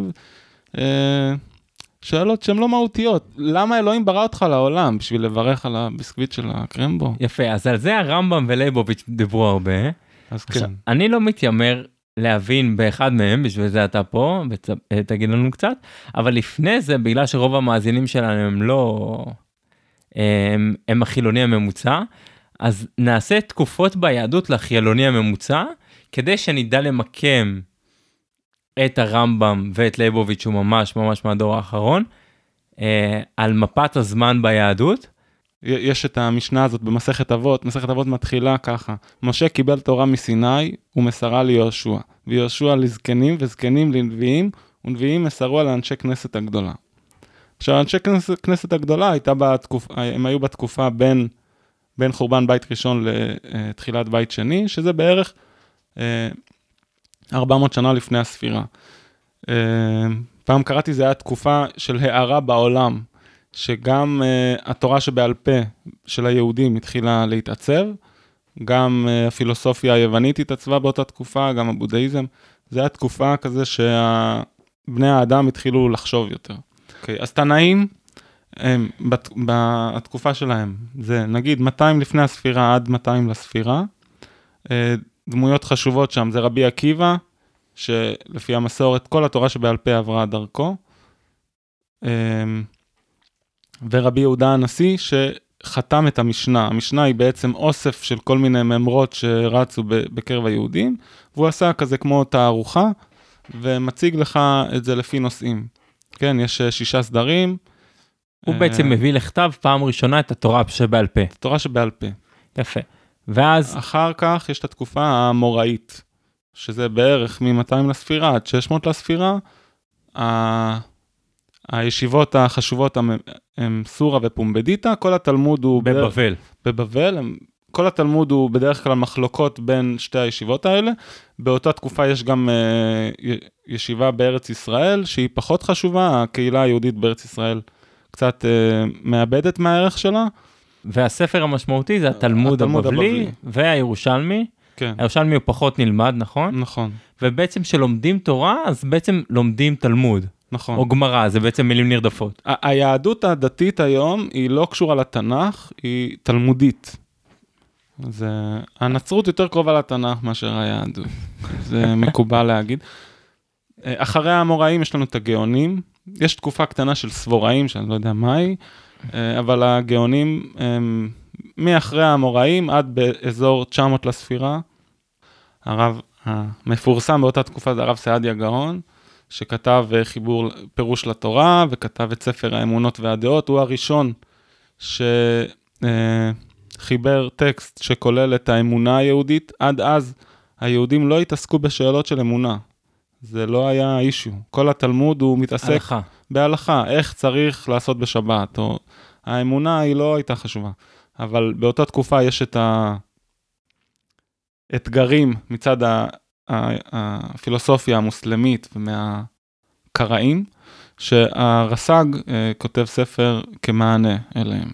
אה, שאלות שהן לא מהותיות. למה אלוהים ברא אותך לעולם? בשביל לברך על הביסקוויט של הקרמבו? יפה, אז על זה הרמב"ם ולייבוביץ' דיברו הרבה. אז כן. עכשיו, אני לא מתיימר להבין באחד מהם, בשביל זה אתה פה, ותגיד לנו קצת, אבל לפני זה, בגלל שרוב המאזינים שלנו הם לא, הם, הם החילוני הממוצע, אז נעשה תקופות ביהדות לחילוני הממוצע, כדי שנדע למקם את הרמב"ם ואת לייבוביץ' שהוא ממש ממש מהדור האחרון, אה, על מפת הזמן ביהדות. יש את המשנה הזאת במסכת אבות, מסכת אבות מתחילה ככה, משה קיבל תורה מסיני ומסרה ליהושע, ויהושע לזקנים וזקנים לנביאים, ונביאים מסרו על אנשי כנסת הגדולה. עכשיו, אנשי כנסת, כנסת הגדולה, הייתה בתקופ, הם היו בתקופה בין, בין חורבן בית ראשון לתחילת בית שני, שזה בערך אה, ארבע מאות שנה לפני הספירה. פעם קראתי, זה היה תקופה של הערה בעולם, שגם uh, התורה שבעל פה של היהודים התחילה להתעצב, גם uh, הפילוסופיה היוונית התעצבה באותה תקופה, גם הבודהיזם, זה היה תקופה כזה שבני האדם התחילו לחשוב יותר. Okay, אז תנאים, הם, בת, בתקופה שלהם, זה נגיד מאתיים לפני הספירה עד מאתיים לספירה, uh, דמויות חשובות שם, זה רבי עקיבא, שלפי המסורת, כל התורה שבעל פה עברה דרכו, ורבי יהודה הנשיא, שחתם את המשנה. המשנה היא בעצם אוסף של כל מיני ממרות שרצו בקרב היהודים, והוא עשה כזה כמו תערוכה, ומציג לך את זה לפי נושאים. כן, יש שישה סדרים. הוא בעצם מביא לכתב פעם ראשונה את התורה שבעל פה. את התורה שבעל פה. יפה. ואז... אחר כך יש את התקופה האמוראית, שזה בערך מ-מאתיים לספירה עד שש מאות לספירה, ה... הישיבות החשובות הם סורה ופומבדיטה, כל התלמוד הוא... בבבל. בבבל, הם... כל התלמוד הוא בדרך כלל מחלוקות בין שתי הישיבות האלה, באותה תקופה יש גם uh, ישיבה בארץ ישראל, שהיא פחות חשובה, הקהילה היהודית בארץ ישראל קצת uh, מאבדת מהערך שלה, והספר המשמעותי זה התלמוד התלמוד הבבלי הבבלי. והירושלמי. כן, הירושלמי הוא פחות נלמד, נכון? נכון, ובעצם שלומדים תורה, אז בעצם לומדים תלמוד, נכון. או גמרא, זה בעצם מילים נרדפות. ה- היהדות הדתית היום היא לא קשורה לתנ"ך, היא תלמודית. זה, הנצרות יותר קרובה לתנ"ך מאשר היהדות, זה מקובל להגיד. אחרי האמוראים יש לנו את הגאונים, יש תקופה קטנה של סבוראים, שאני לא יודע מה היא, אבל הגאונים הם מאחרי האמוראים עד באזור תשע מאות לספירה. הרב המפורסם באותה תקופה זה הרב סעדיה גאון, שכתב חיבור פירוש לתורה, וכתב את ספר האמונות והדעות, הוא הראשון שחיבר טקסט שכולל את האמונה היהודית. עד אז היהודים לא התעסקו בשאלות של אמונה, זה לא היה אישו. כל התלמוד הוא מתעסק הלכה. בהלכה, איך צריך לעשות בשבת, או האמונה היא לא הייתה חשובה. אבל באותה תקופה יש את האתגרים מצד ה... הפילוסופיה המוסלמית ומהקראים, שהרס"ג כותב ספר כמענה אליהם.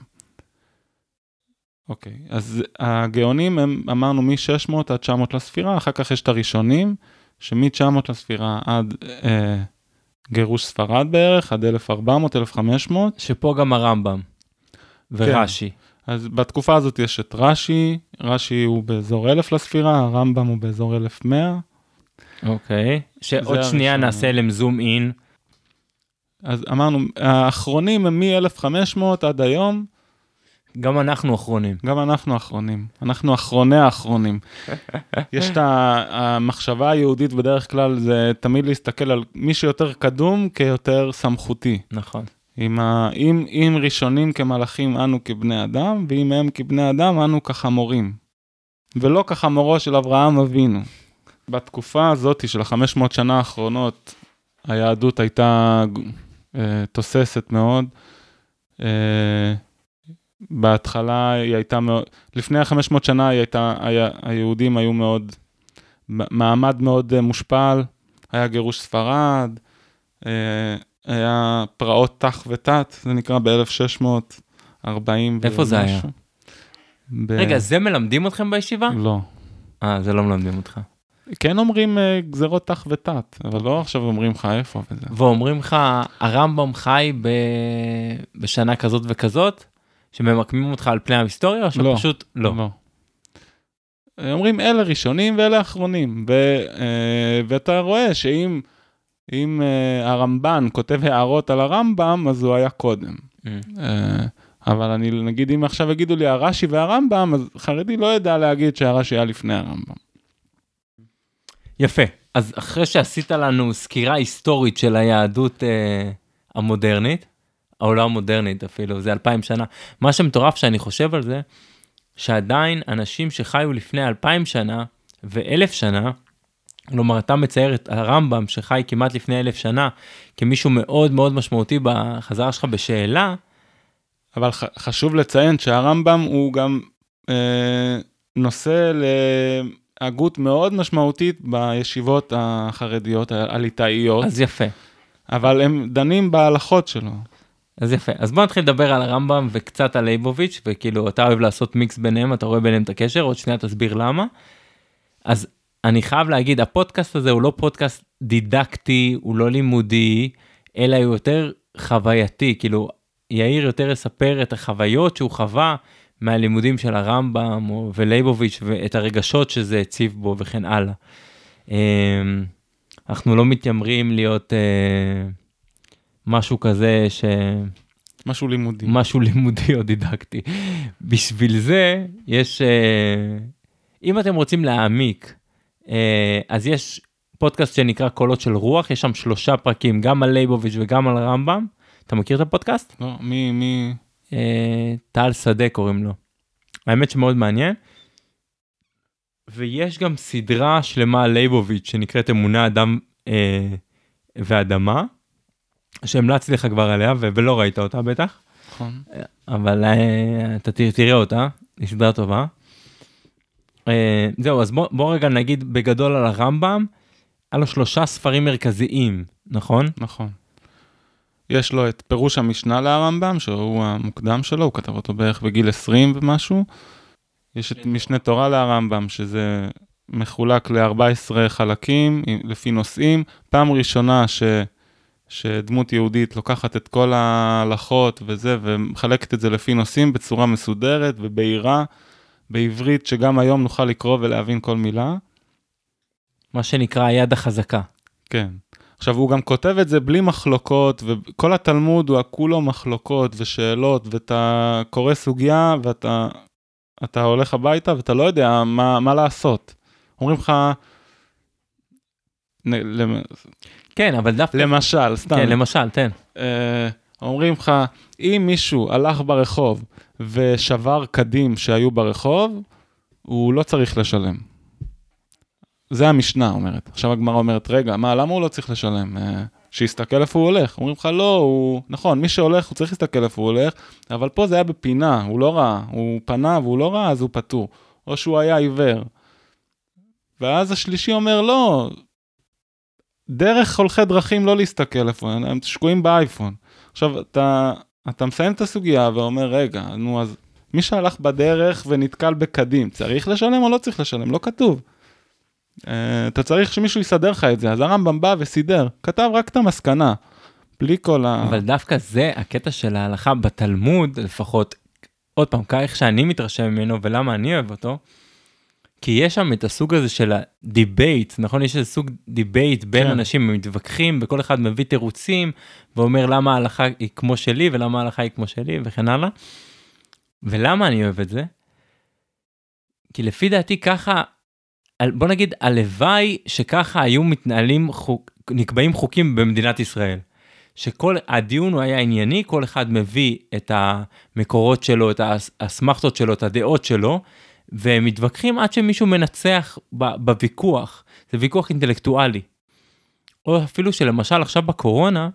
אוקיי, אז הגאונים הם אמרנו מ-שש מאות עד תשע מאות לספירה, אחר כך יש את הראשונים, שמ-תשע מאות לספירה עד אה, גירוש ספרד בערך, עד אלף וארבע מאות, אלף וחמש מאות. שפה גם הרמב"ם ורש"י. אז בתקופה הזאת יש את רש"י, רש"י הוא באזור אלף לספירה, הרמב"ם הוא באזור אלף ומאה. אוקיי, שעוד שנייה הראשון. נעשה להם זום אין. אז אמרנו, האחרונים הם מ-אלף וחמש מאות עד היום, גם אנחנו אחרונים. גם אנחנו אחרונים, אנחנו אחרוני האחרונים. יש את המחשבה היהודית בדרך כלל, זה תמיד להסתכל על מי שיותר קדום כיותר סמכותי. נכון. אם, ה, אם, אם ראשונים כמלאכים אנו כבני אדם, ואם הם כבני אדם אנו כחמורים. ולא כחמורו של אברהם אבינו. בתקופה הזאת של ה-חמש מאות שנה האחרונות, היהדות הייתה אה, תוססת מאוד. אה, בהתחלה היא הייתה מאוד, לפני ה-חמש מאות שנה היא הייתה, היה, היהודים היו מאוד, מעמד מאוד מושפל, היה גירוש ספרד, אה, היה פרעות תח ותת, זה נקרא ב-אלף שש מאות ארבעים. איפה זה היה? ב... רגע, זה מלמדים אתכם בישיבה? לא. אה, זה לא מלמדים אותך. כן אומרים uh, גזרות תח ותת, אבל לא עכשיו אומרים לך איפה וזה. ואומרים לך, הרמב"ם חי ב... בשנה כזאת וכזאת, שממקמים אותך על פני ההיסטוריה, או שפשוט לא? לא. אומרים אלה ראשונים ואלה אחרונים, ו, uh, ואתה רואה שאם אם, uh, הרמב"ן כותב הערות על הרמב"ם, אז הוא היה קודם. Mm. Uh, אבל אני נגיד, אם עכשיו יגידו לי הרש"י והרמב"ם, אז חרדי לא ידע להגיד שהרש"י היה לפני הרמב"ם. יפה. אז אחרי שעשית לנו סקירה היסטורית של היהדות אה, המודרנית, העולם המודרנית אפילו, זה אלפיים שנה, מה שמטורף שאני חושב על זה, שעדיין אנשים שחיו לפני אלפיים שנה ואלף שנה, כלומר אתה מצייר את הרמב"ם שחי כמעט לפני אלף שנה, כמישהו מאוד מאוד משמעותי בחזרה שלך בשאלה, אבל ח- חשוב לציין שהרמב"ם הוא גם אה, נושא להגות מאוד משמעותית בישיבות החרדיות, הליטאיות. אז יפה. אבל הם דנים בהלכות שלו. אז יפה. אז בוא נתחיל לדבר על הרמב"ם וקצת על ליבוביץ', וכאילו אתה אוהב לעשות מיקס ביניהם, אתה רואה ביניהם את הקשר, עוד שנייה תסביר למה. אז אני חייב להגיד, הפודקאסט הזה הוא לא פודקאסט דידקטי, הוא לא לימודי, אלא הוא יותר חווייתי, כאילו יאיר יותר יספר את החוויות שהוא חווה מהלימודים של הרמב"ם וליבוביץ' ואת הרגשות שזה הציב בו וכן הלאה. אנחנו לא מתיימרים להיות משהו כזה ש... משהו לימודי. משהו לימודי או דידקטי. בשביל זה יש, אם אתם רוצים להעמיק, אז יש פודקאסט שנקרא קולות של רוח, יש שם שלושה פרקים, גם על ליבוביץ' וגם על הרמב"ם. אתה מכיר את הפודקאסט? לא, מי, מי? טל שדה קוראים לו. האמת שמאוד מעניין. ויש גם סדרה שלמה על ליבוביץ' שנקראת אמונה, אדם אה, ואדמה, שהמלצתי לך כבר עליה ולא ראית אותה בטח. נכון. אבל אה, אתה תראה אותה, היא סדרה טובה. אה, זהו, אז בוא, בוא רגע נגיד בגדול על הרמב"ם, היה לו שלושה ספרים מרכזיים, נכון? נכון. יש לו את פירוש המשנה לרמב"ם, שהוא המוקדם שלו, הוא כתב אותו בערך בגיל עשרים ומשהו. יש את משנה תורה לרמב"ם, שזה מחולק ל-ארבעה עשר חלקים, לפי נושאים. פעם ראשונה ש... שדמות יהודית לוקחת את כל ההלכות וזה, ומחלקת את זה לפי נושאים בצורה מסודרת ובהירה, בעברית שגם היום נוכל לקרוא ולהבין כל מילה. מה שנקרא היד החזקה. כן. עכשיו הוא גם כותב את זה בלי מחלוקות, וכל התלמוד הוא כולו מחלוקות ושאלות, ואתה קורא סוגיה, ואתה אתה הולך הביתה, ואתה לא יודע מה, מה לעשות. אומרים לך, כן, אבל דווקא... למשל, סתם. כן, למשל, תן. אומרים לך, אם מישהו הלך ברחוב, ושבר קדים שהיו ברחוב, הוא לא צריך לשלם. זה המשנה אומרת. עכשיו הגמרא אומרת, רגע, מה, למה הוא לא צריך לשלם? שיסתכל איפה הוא הולך. אומרים לך, לא, הוא... נכון, מי שהולך, הוא צריך להסתכל איפה הוא הולך, אבל פה זה היה בפינה, הוא לא ראה. הוא פנה והוא לא ראה, אז הוא פטור. או שהוא היה עיוור. ואז השלישי אומר, לא, דרך הולכי דרכים לא להסתכל איפה, הם שקועים באייפון. עכשיו, אתה, אתה מסיים את הסוגיה ואומר, רגע, נו, אז מי שהלך בדרך ונתקל בקדים, צריך לשלם או לא צריך לשלם? לא כתוב. אתה צריך שמישהו יסדר לך את זה, אז הרמב"ם בא וסידר, כתב רק את המסקנה, בלי כל ה... אבל דווקא זה הקטע של ההלכה בתלמוד, לפחות, עוד פעם, כך שאני מתרשם ממנו, ולמה אני אוהב אותו, כי יש שם את הסוג הזה של הדיבייט, נכון? יש איזה סוג דיבייט בין כן. אנשים מתווכחים, וכל אחד מביא תירוצים, ואומר למה ההלכה היא כמו שלי, ולמה ההלכה היא כמו שלי, וכן הלאה. ולמה אני אוהב את זה? כי לפי דעתי ככה, בוא נגיד, הלוואי שככה היו מתנהלים, חוק, נקבעים חוקים במדינת ישראל. שכל הדיון הוא היה ענייני, כל אחד מביא את המקורות שלו, את האסמכתות שלו, את הדעות שלו, והם מתווכחים עד שמישהו מנצח בוויכוח. זה ויכוח אינטלקטואלי. או אפילו שלמשל עכשיו בקורונה,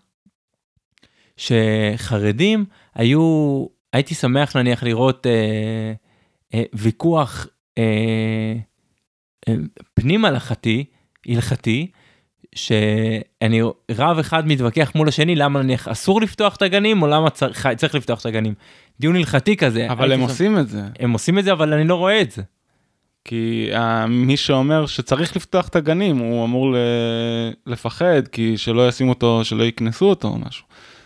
שחרדים היו, הייתי שמח נניח לראות אה, אה, ויכוח אה, אה, פנים הלכתי, הלכתי, שאני רב אחד מתווכח מול השני, למה נניח אסור לפתוח את הגנים, או למה צריך, צריך לפתוח את הגנים. דיון הלכתי כזה. אבל הם עושים את זה. הם עושים את זה, אבל אני לא רואה את זה. כי uh, מי שאומר שצריך לפתוח את הגנים, הוא אמור ל... לפחד, כי שלא ישימו אותו, שלא יקנסו אותו או משהו.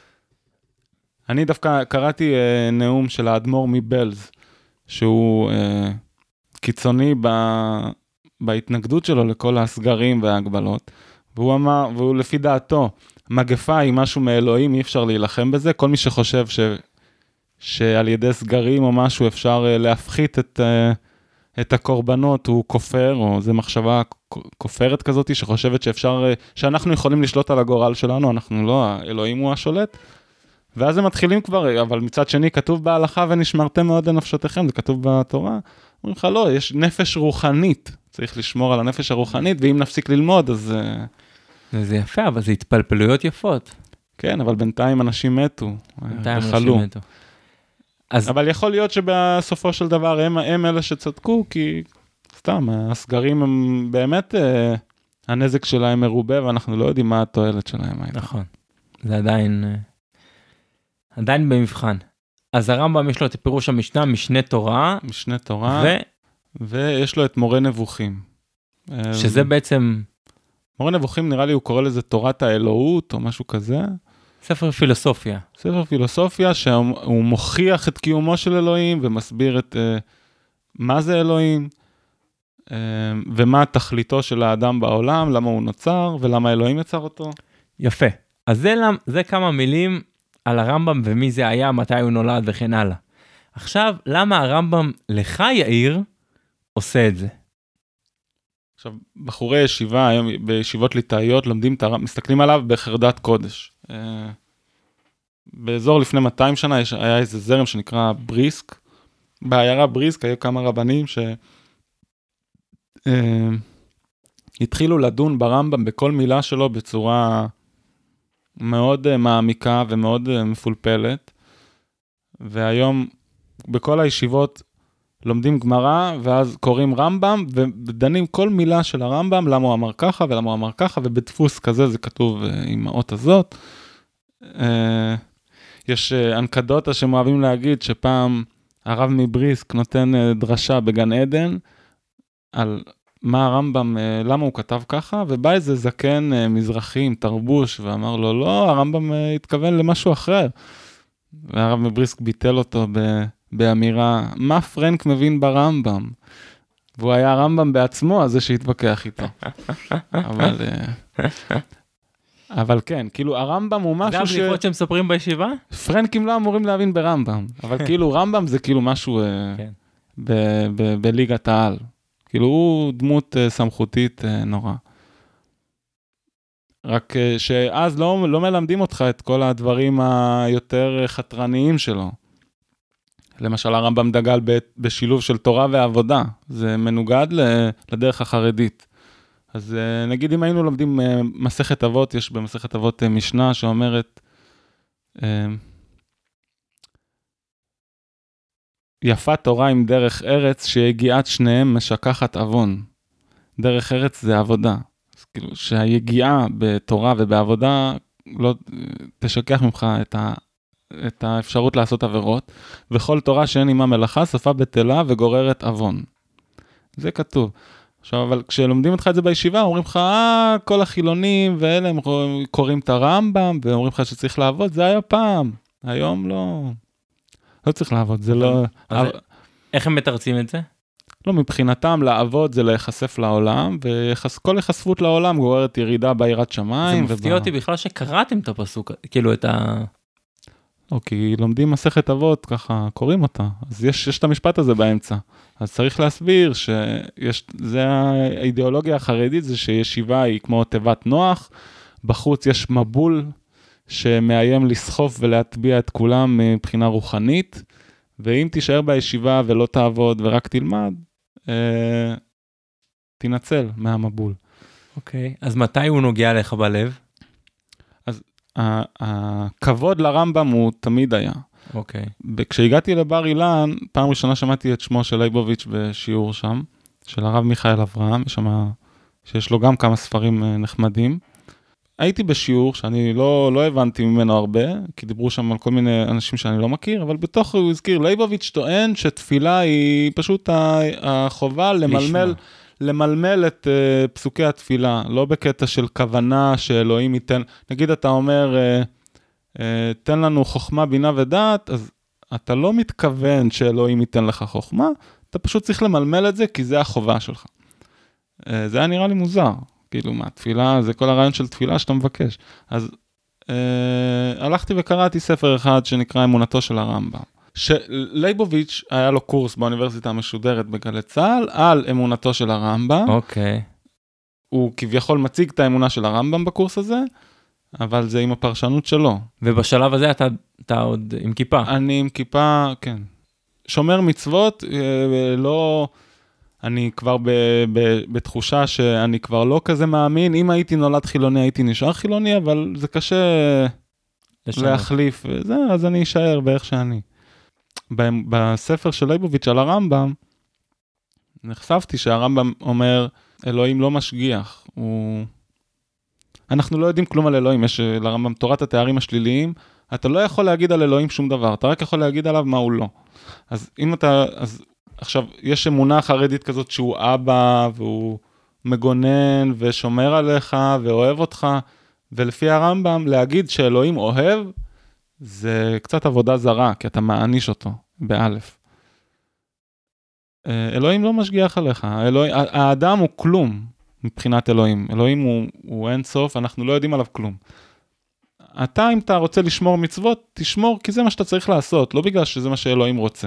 אני דווקא קראתי uh, נאום של האדמו"ר מבלז, שהוא uh, קיצוני ב... בהתנגדות שלו לכל הסגרים וההגבלות, והוא אמר, והוא לפי דעתו, מגפה היא משהו מאלוהים, אי אפשר להילחם בזה, כל מי שחושב ש... שעל ידי סגרים או משהו אפשר uh, להפחית את... Uh, את הקורבנות הוא כופר, או זו מחשבה כופרת כזאת, שחושבת שאפשר, שאנחנו יכולים לשלוט על הגורל שלנו, אנחנו לא, האלוהים הוא השולט, ואז הם מתחילים כבר, אבל מצד שני כתוב בהלכה, ונשמרתם מאוד לנפשותיכם, זה כתוב בתורה, אומרים לך לא, יש נפש רוחנית, צריך לשמור על הנפש הרוחנית, ואם נפסיק ללמוד, אז... זה יפה, אבל זה התפלפלויות יפות. כן, אבל בינתיים אנשים מתו, בינתיים אנשים מתו. אז... אבל יכול להיות שבסופו של דבר הם, הם אלה שצדקו, כי סתם, הסגרים הם באמת, אה, הנזק שלהם מרובה, ואנחנו לא יודעים מה התועלת שלהם. נכון, זה עדיין, אה, עדיין במבחן. אז הרמב"ם יש לו את פירוש המשנה, משנה תורה. משנה תורה, ו... ויש לו את מורה נבוכים. שזה בעצם... מורה נבוכים נראה לי הוא קורא לזה תורת האלוהות, או משהו כזה. ספר פילוסופיה. ספר פילוסופיה שהוא מוכיח את קיומו של אלוהים ומסביר את uh, מה זה אלוהים uh, ומה תכליתו של האדם בעולם, למה הוא נוצר ולמה אלוהים יצר אותו. יפה. אז זה, זה כמה מילים על הרמב"ם ומי זה היה, מתי הוא נולד וכן הלאה. עכשיו, למה הרמב"ם לך יאיר עושה את זה? עכשיו, בחורי ישיבה, היום בישיבות ליטאיות, לומדים, מסתכלים עליו בחרדת קודש. באזור לפני מאתיים שנה היה איזה זרם שנקרא בריסק. בעיירה בריסק היו כמה רבנים שהתחילו לדון ברמב"ם בכל מילה שלו בצורה מאוד מעמיקה ומאוד מפולפלת. והיום בכל הישיבות לומדים גמרא, ואז קוראים רמב"ם, ודנים כל מילה של הרמב"ם, למה הוא אמר ככה ולמה הוא אמר ככה, ובדפוס כזה זה כתוב עם האות הזאת. אה, יש אנקדוטה שהם אוהבים להגיד שפעם הרב מבריסק נותן אה, דרשה בגן עדן על מה הרמב"ם, אה, למה הוא כתב ככה, ובא איזה זקן אה, מזרחי עם תרבוש ואמר לו, לא, הרמב"ם אה, התכוון למשהו אחר. והרב מבריסק ביטל אותו ב, באמירה, מה פרנק מבין ברמב"ם? והוא היה הרמב"ם בעצמו, אז זה שהתווכח איתו. אבל... אה, אבל כן, כאילו הרמב"ם הוא משהו ש... זה הבדיחות שמספרים בישיבה? פרנקים לא אמורים להבין ברמב"ם, אבל כאילו רמב"ם זה כאילו משהו כן. ב- ב- בליגת העל. כאילו הוא דמות אה, סמכותית אה, נורא. רק אה, שאז לא, לא מלמדים אותך את כל הדברים היותר חתרניים שלו. למשל הרמב"ם דגל ב- בשילוב של תורה ועבודה. זה מנוגד ל- לדרך החרדית. אז נגיד אם היינו לומדים מסכת אבות, יש במסכת אבות משנה שאומרת, יפה תורה עם דרך ארץ, שיגיעת שניהם משכחת אבון. דרך ארץ זה עבודה. אז כאילו שהיגיעה בתורה ובעבודה לא תשכח ממך את, ה, את האפשרות לעשות עבירות, וכל תורה שאין עימה מלאכה, שפה בטלה וגוררת אבון. זה כתוב. עכשיו, אבל כשלומדים אותך את זה בישיבה, אומרים לך, אה, כל החילונים ואלה, הם קוראים את הרמב"ם, ואומרים לך שצריך לעבוד, זה היה פעם. היום לא, לא צריך לעבוד, זה לא... אז איך הם מתרצים את זה? לא, מבחינתם לעבוד זה להיחשף לעולם, וכל היחשפות לעולם גוררת ירידה ביראת שמיים. זה מפתיע אותי בכלל שקראתם את הפסוק, כאילו את ה... לא, כי לומדים מסכת אבות, ככה קוראים אותה. אז יש, יש את המשפט הזה באמצע. אז צריך להסביר שיש, זה האידיאולוגיה החרדית, זה שישיבה היא כמו תיבת נוח, בחוץ יש מבול שמאיים לסחוף ולהטביע את כולם מבחינה רוחנית, ואם תישאר בישיבה ולא תעבוד ורק תלמד, אה, תנצל מהמבול. אוקיי, אז מתי הוא נוגע לך בלב? אז הכבוד לרמב"ם הוא תמיד היה. אוקיי. כשהגעתי לבר אילן, פעם ראשונה שמעתי את שמו של ליבוביץ' בשיעור שם, של הרב מיכאל אברהם, שמה, שיש לו גם כמה ספרים נחמדים. הייתי בשיעור שאני לא, לא הבנתי ממנו הרבה, כי דיברו שם על כל מיני אנשים שאני לא מכיר, אבל בתוך הוא הזכיר, ליבוביץ' טוען שתפילה היא פשוט החובה למלמל, למלמל את uh, פסוקי התפילה, לא בקטע של כוונה שאלוהים ייתן, נגיד אתה אומר, uh, uh, תן לנו חוכמה, בינה ודעת, אז אתה לא מתכוון שאלוהים ייתן לך חוכמה, אתה פשוט צריך למלמל את זה, כי זה החובה שלך. Uh, זה היה נראה לי מוזר, כאילו מה, תפילה, זה כל הרעיון של תפילה שאתה מבקש. אז uh, הלכתי וקראתי ספר אחד שנקרא אמונתו של הרמב"ם. שלייבוביץ' היה לו קורס באוניברסיטה המשודרת בגלי צה"ל, על אמונתו של הרמב"ם. אוקיי. הוא כביכול מציג את האמונה של הרמב"ם בקורס הזה, אבל זה עם הפרשנות שלו. ובשלב הזה אתה, אתה עוד עם כיפה. אני עם כיפה, כן. שומר מצוות, לא... אני כבר ב, ב, בתחושה שאני כבר לא כזה מאמין. אם הייתי נולד חילוני, הייתי נשאר חילוני, אבל זה קשה לשנות. להחליף. וזה, אז אני אשאר באיך שאני. בספר של ליבוביץ' על הרמב"ם, נחשפתי שהרמב"ם אומר, אלוהים לא משגיח. הוא... אנחנו לא יודעים כלום על אלוהים. יש לרמב"ם תורת התארים השליליים, אתה לא יכול להגיד על אלוהים שום דבר, אתה רק יכול להגיד עליו מה הוא לא. אז אם אתה... אז... עכשיו, יש אמונה חרדית כזאת שהוא אבא, והוא מגונן ושומר עליך ואוהב אותך, ולפי הרמב"ם, להגיד שאלוהים אוהב, זה קצת עבודה זרה, כי אתה מעניש אותו, באלף. אלוהים לא משגיח עליך, אלוהים, האדם הוא כלום מבחינת אלוהים, אלוהים הוא, הוא אין סוף, אנחנו לא יודעים עליו כלום. אתה, אם אתה רוצה לשמור מצוות, תשמור, כי זה מה שאתה צריך לעשות, לא בגלל שזה מה שאלוהים רוצה.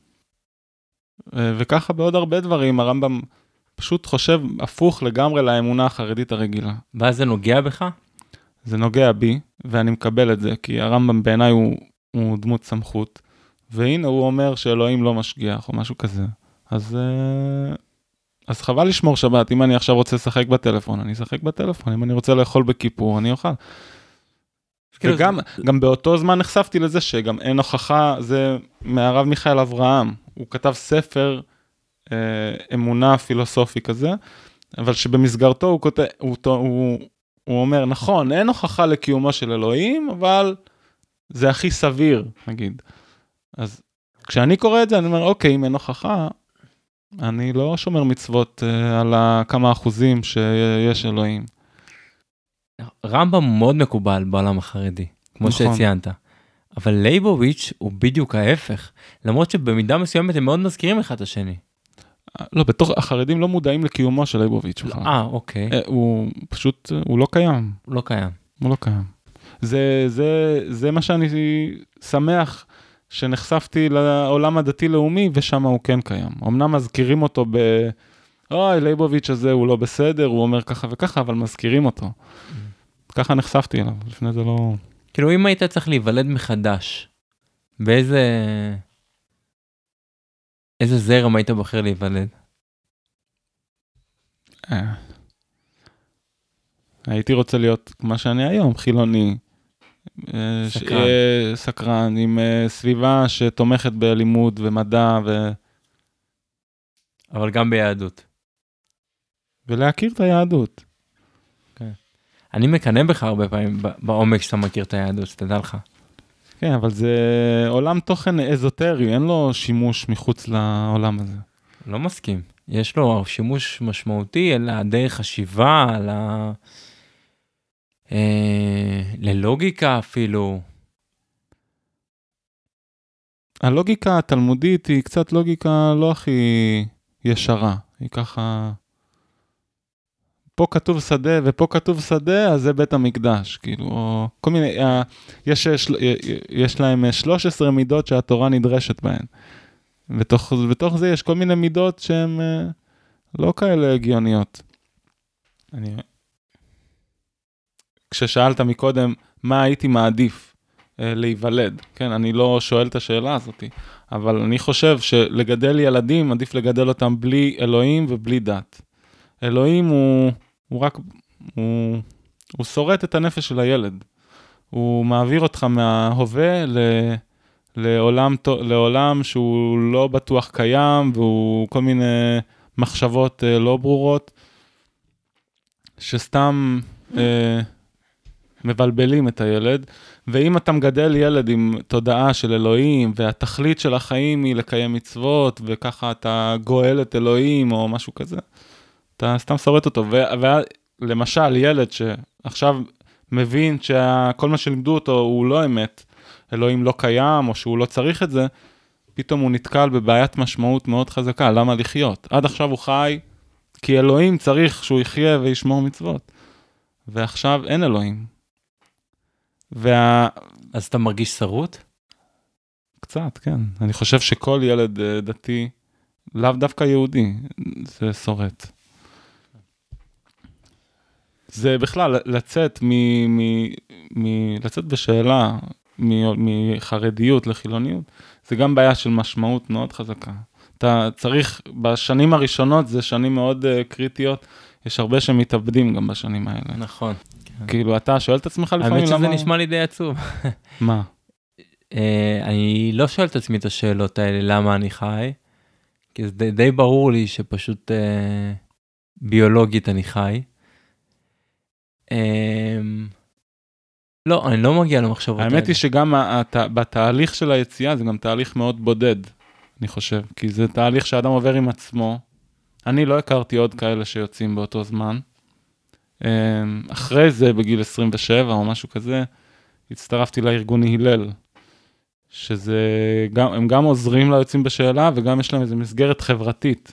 וככה בעוד הרבה דברים, הרמב"ם פשוט חושב הפוך לגמרי לאמונה החרדית הרגילה. ואז זה נוגע בך? זה נוגע בי, ואני מקבל את זה, כי הרמב"ם בעיניי הוא, הוא דמות סמכות, והנה הוא אומר שאלוהים לא משגיח, או משהו כזה. אז, אז חבל לשמור שבת, אם אני עכשיו רוצה לשחק בטלפון, אני אשחק בטלפון, אם אני רוצה לאכול בכיפור, אני אוכל. וגם גם באותו זמן נחשפתי לזה שגם אין הוכחה, זה מהרב מיכאל אברהם, הוא כתב ספר אה, אמונה פילוסופי כזה, אבל שבמסגרתו הוא, כותב, הוא, הוא הוא אומר, נכון, אין הוכחה לקיומו של אלוהים, אבל זה הכי סביר, נגיד. אז כשאני קורא את זה, אני אומר, אוקיי, אם אין הוכחה, אני לא שומר מצוות uh, על כמה אחוזים שיש אלוהים. רמב"ם מאוד מקובל בעולם החרדי, כמו נכון. שציינת. אבל לייבוביץ' הוא בדיוק ההפך, למרות שבמידה מסוימת הם מאוד מזכירים אחד את השני. לא, בתוך החרדים לא מודעים לקיומו של לייבוביץ'. אה, אוקיי. הוא פשוט, הוא לא קיים. הוא לא קיים. הוא לא קיים. זה, זה, זה מה שאני שמח שנחשפתי לעולם הדתי-לאומי, ושם הוא כן קיים. אמנם מזכירים אותו ב... אוי, לייבוביץ' הזה הוא לא בסדר, הוא אומר ככה וככה, אבל מזכירים אותו. ככה נחשפתי אליו, לפני זה לא... כאילו, אם היית צריך להיוולד מחדש, באיזה... איזה זרם היית בוחר להיוולד? הייתי רוצה להיות מה שאני היום, חילוני. סקרן. סקרן, עם סביבה שתומכת בלימוד ומדע ו... אבל גם ביהדות. ולהכיר את היהדות. אני מקנא בך הרבה פעמים בעומק שאתה מכיר את היהדות, שתדע לך. כן, אבל זה עולם תוכן אזוטרי, אין לו שימוש מחוץ לעולם הזה. לא מסכים. יש לו שימוש משמעותי על הדרך חשיבה, על ה... אה, ללוגיקה אפילו. הלוגיקה התלמודית היא קצת לוגיקה לא הכי ישרה. היא ככה... פה כתוב שדה ופה כתוב שדה, אז זה בית המקדש, כאילו, או כל מיני, יש, יש, יש להם שלוש עשרה מידות שהתורה נדרשת בהן. בתוך, בתוך זה יש כל מיני מידות שהן לא כאלה הגיוניות. אני... כששאלת מקודם, מה הייתי מעדיף להיוולד? כן, אני לא שואל את השאלה הזאת, אבל אני חושב שלגדל ילדים, עדיף לגדל אותם בלי אלוהים ובלי דת. אלוהים הוא... הוא רק, הוא, הוא שורט את הנפש של הילד. הוא מעביר אותך מההווה ל, לעולם, לעולם שהוא לא בטוח קיים, והוא כל מיני מחשבות אה, לא ברורות, שסתם אה, מבלבלים את הילד. ואם אתה מגדל ילד עם תודעה של אלוהים, והתכלית של החיים היא לקיים מצוות, וככה אתה גואל את אלוהים או משהו כזה, אתה סתם שורט אותו, ולמשל ילד שעכשיו מבין שכל מה שלימדו אותו הוא לא אמת, אלוהים לא קיים או שהוא לא צריך את זה, פתאום הוא נתקל בבעיית משמעות מאוד חזקה, למה לחיות? עד עכשיו הוא חי, כי אלוהים צריך שהוא יחיה וישמור מצוות, ועכשיו אין אלוהים. וה... אז אתה מרגיש שרוט? קצת, כן. אני חושב שכל ילד דתי, לאו דווקא יהודי, זה שורט. זה בכלל, לצאת, מ, מ, מ, לצאת בשאלה מ, מחרדיות לחילוניות, זה גם בעיה של משמעות מאוד חזקה. אתה צריך, בשנים הראשונות, זה שנים מאוד uh, קריטיות, יש הרבה שמתאבדים גם בשנים האלה. נכון. כאילו, אתה שואל את עצמך לפעמים למה... האמת שזה נשמע לי די עצוב. מה? אני לא שואל את עצמי את השאלות האלה, למה אני חי, כי זה די, די ברור לי שפשוט uh, ביולוגית אני חי. לא, אני לא מגיע למחשבות האלה. האמת היא שגם בתהליך של היציאה, זה גם תהליך מאוד בודד, אני חושב, כי זה תהליך שאדם עובר עם עצמו. אני לא הכרתי עוד כאלה שיוצאים באותו זמן. אחרי זה, בגיל עשרים ושבע או משהו כזה, הצטרפתי לארגון הלל, שזה גם, הם גם עוזרים ליוצאים בשאלה, וגם יש להם איזו מסגרת חברתית,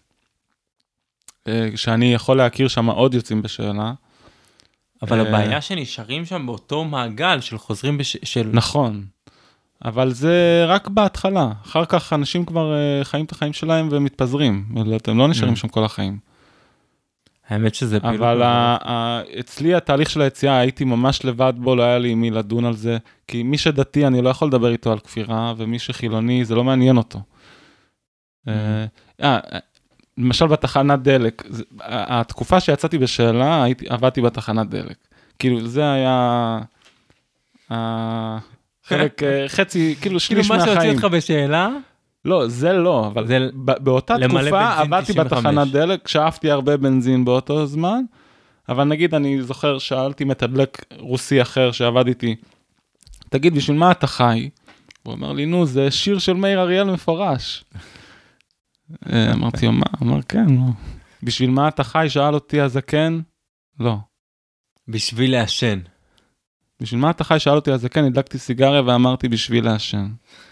שאני יכול להכיר שם עוד יוצאים בשאלה. אבל הבעיה שנשארים שם באותו מעגל של חוזרים בש... של... נכון, אבל זה רק בהתחלה. אחר כך אנשים כבר חיים את החיים שלהם ומתפזרים. הם לא נשארים שם כל החיים. האמת שזה פעילות. אבל אצלי התהליך של היציאה, הייתי ממש לבד בו, לא היה לי מי לדון על זה. כי מי שדתי, אני לא יכול לדבר איתו על כפירה, ומי שחילוני, זה לא מעניין אותו. אה, למשל בתחנת דלק, התקופה שיצאתי בשאלה, הייתי, עבדתי בתחנת דלק. כאילו, זה היה חלק, חצי, כאילו שליש מהחיים. כאילו מה שהוציא אותך בשאלה? לא, זה לא, אבל זה באותה תקופה עבדתי בתחנת דלק, שאפתי הרבה בנזין באותו זמן, אבל נגיד, אני זוכר, שאלתי מתדלק רוסי אחר שעבד איתי, תגיד, בשביל מה אתה חי? הוא אמר לי, נו, זה שיר של מאיר אריאל מפורש. אמרתי לו, מה? אמר, כן, לא. בשביל מה אתה חי? שאל אותי הזקן? לא. בשביל לעשן. בשביל מה אתה חי? שאל אותי הזקן, הדלקתי סיגריה ואמרתי בשביל לעשן.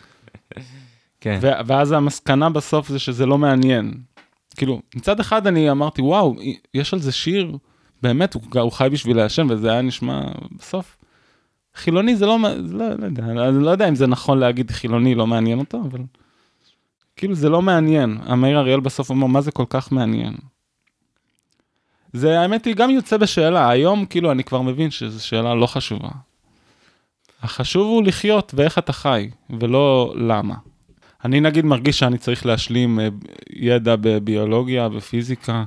כן. ואז המסקנה בסוף זה שזה לא מעניין. כאילו, מצד אחד אני אמרתי, וואו, יש על זה שיר, באמת, הוא, הוא חי בשביל לעשן, וזה היה נשמע בסוף. חילוני זה לא, זה לא, לא יודע, אני לא יודע אם זה נכון להגיד חילוני לא מעניין אותו, אבל כאילו זה לא מעניין. המאיר אריאל בסוף אומר, מה זה כל כך מעניין? זה, האמת היא, גם יוצא בשאלה. היום, כאילו, אני כבר מבין שזו שאלה לא חשובה. החשוב הוא לחיות ואיך אתה חי, ולא למה. אני נגיד מרגיש שאני צריך להשלים ידע בביולוגיה, בפיזיקה,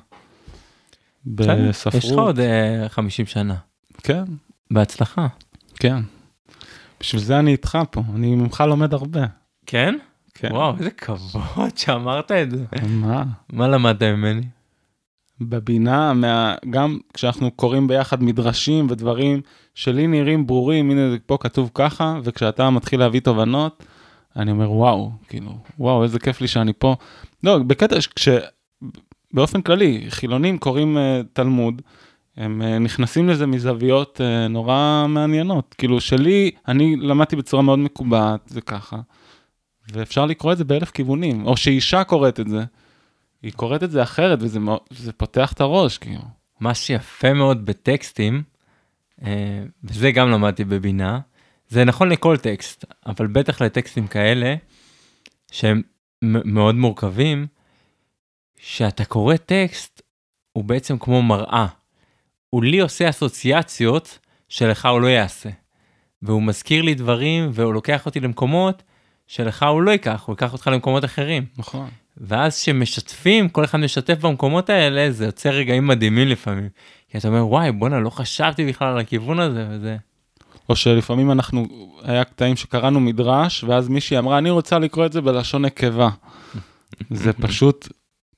בספרות. יש לך עוד חמישים שנה. כן. בהצלחה. כן. בשביל זה אני איתך פה, אני ממך לומד הרבה. כן? כן. וואו, איזה כבוד שאמרת את זה. מה? מה למדת ממני? בבינה, מה, גם כשאנחנו קוראים ביחד מדרשים ודברים שלי נראים ברורים, הנה פה כתוב ככה, וכשאתה מתחיל להביא תובנות, אני אומר, וואו, כאילו, וואו, איזה כיף לי שאני פה. לא, בקטע, כש, באופן כללי, חילונים קוראים uh, תלמוד, הם uh, נכנסים לזה מזוויות uh, נורא מעניינות. כאילו, שלי, אני למדתי בצורה מאוד מקובעת, זה ככה, ואפשר לקרוא את זה באלף כיוונים, או שאישה קוראת את זה, היא קוראת את זה אחרת, וזה זה פותח את הראש, כאילו. מה שיפה מאוד בטקסטים, uh, וזה גם למדתי בבינה, זה נכון לכל טקסט, אבל בטח לטקסטים כאלה, שהם מאוד מורכבים, שאתה קורא טקסט, הוא בעצם כמו מראה. הוא לי עושה אסוציאציות שלך הוא לא יעשה. והוא מזכיר לי דברים, והוא לוקח אותי למקומות שלך הוא לא ייקח, הוא ייקח אותך למקומות אחרים. נכון. ואז שמשתפים, כל אחד משתף במקומות האלה, זה יוצא רגעים מדהימים לפעמים. כי אתה אומר, וואי, בונה, לא חשבתי בכלל על הכיוון הזה, וזה... או שלפעמים אנחנו, היה קטעים שקראנו מדרש, ואז מישהי אמרה, אני רוצה לקרוא את זה בלשון נקבה. זה פשוט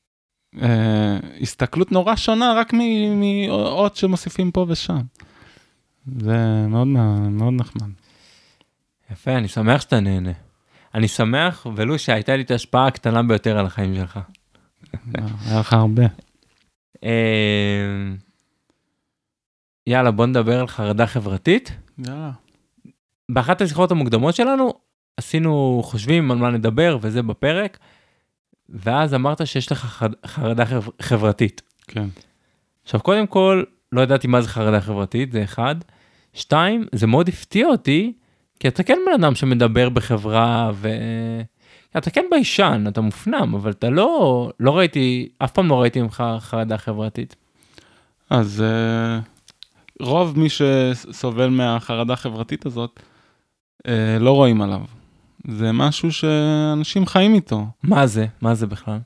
אה, הסתכלות נורא שונה, רק מאות שמוסיפים פה ושם. זה מאוד, מאוד נחמד. יפה, אני שמח שאתה נהנה. אני שמח, ולו שהייתה לי את ההשפעה הקטנה ביותר על החיים שלך. היה לך הרבה. יאללה, בוא נדבר על חרדה חברתית. יאללה. באחת השיחות המוקדמות שלנו, עשינו חושבים על מה נדבר, וזה בפרק, ואז אמרת שיש לך חרדה חברתית. כן. עכשיו, קודם כל, לא ידעתי מה זה חרדה חברתית, זה אחד. שתיים, זה מאוד הפתיע אותי, כי אתה כן בן אדם שמדבר בחברה, ו... אתה כן ביישן, אתה מופנם, אבל אתה לא, לא ראיתי, אף פעם לא ראיתי ממך חרדה חברתית. אז רוב מי שסובל מהחרדה החברתית הזאת, לא רואים עליו. זה משהו שאנשים חיים איתו. מה זה? מה זה בכלל?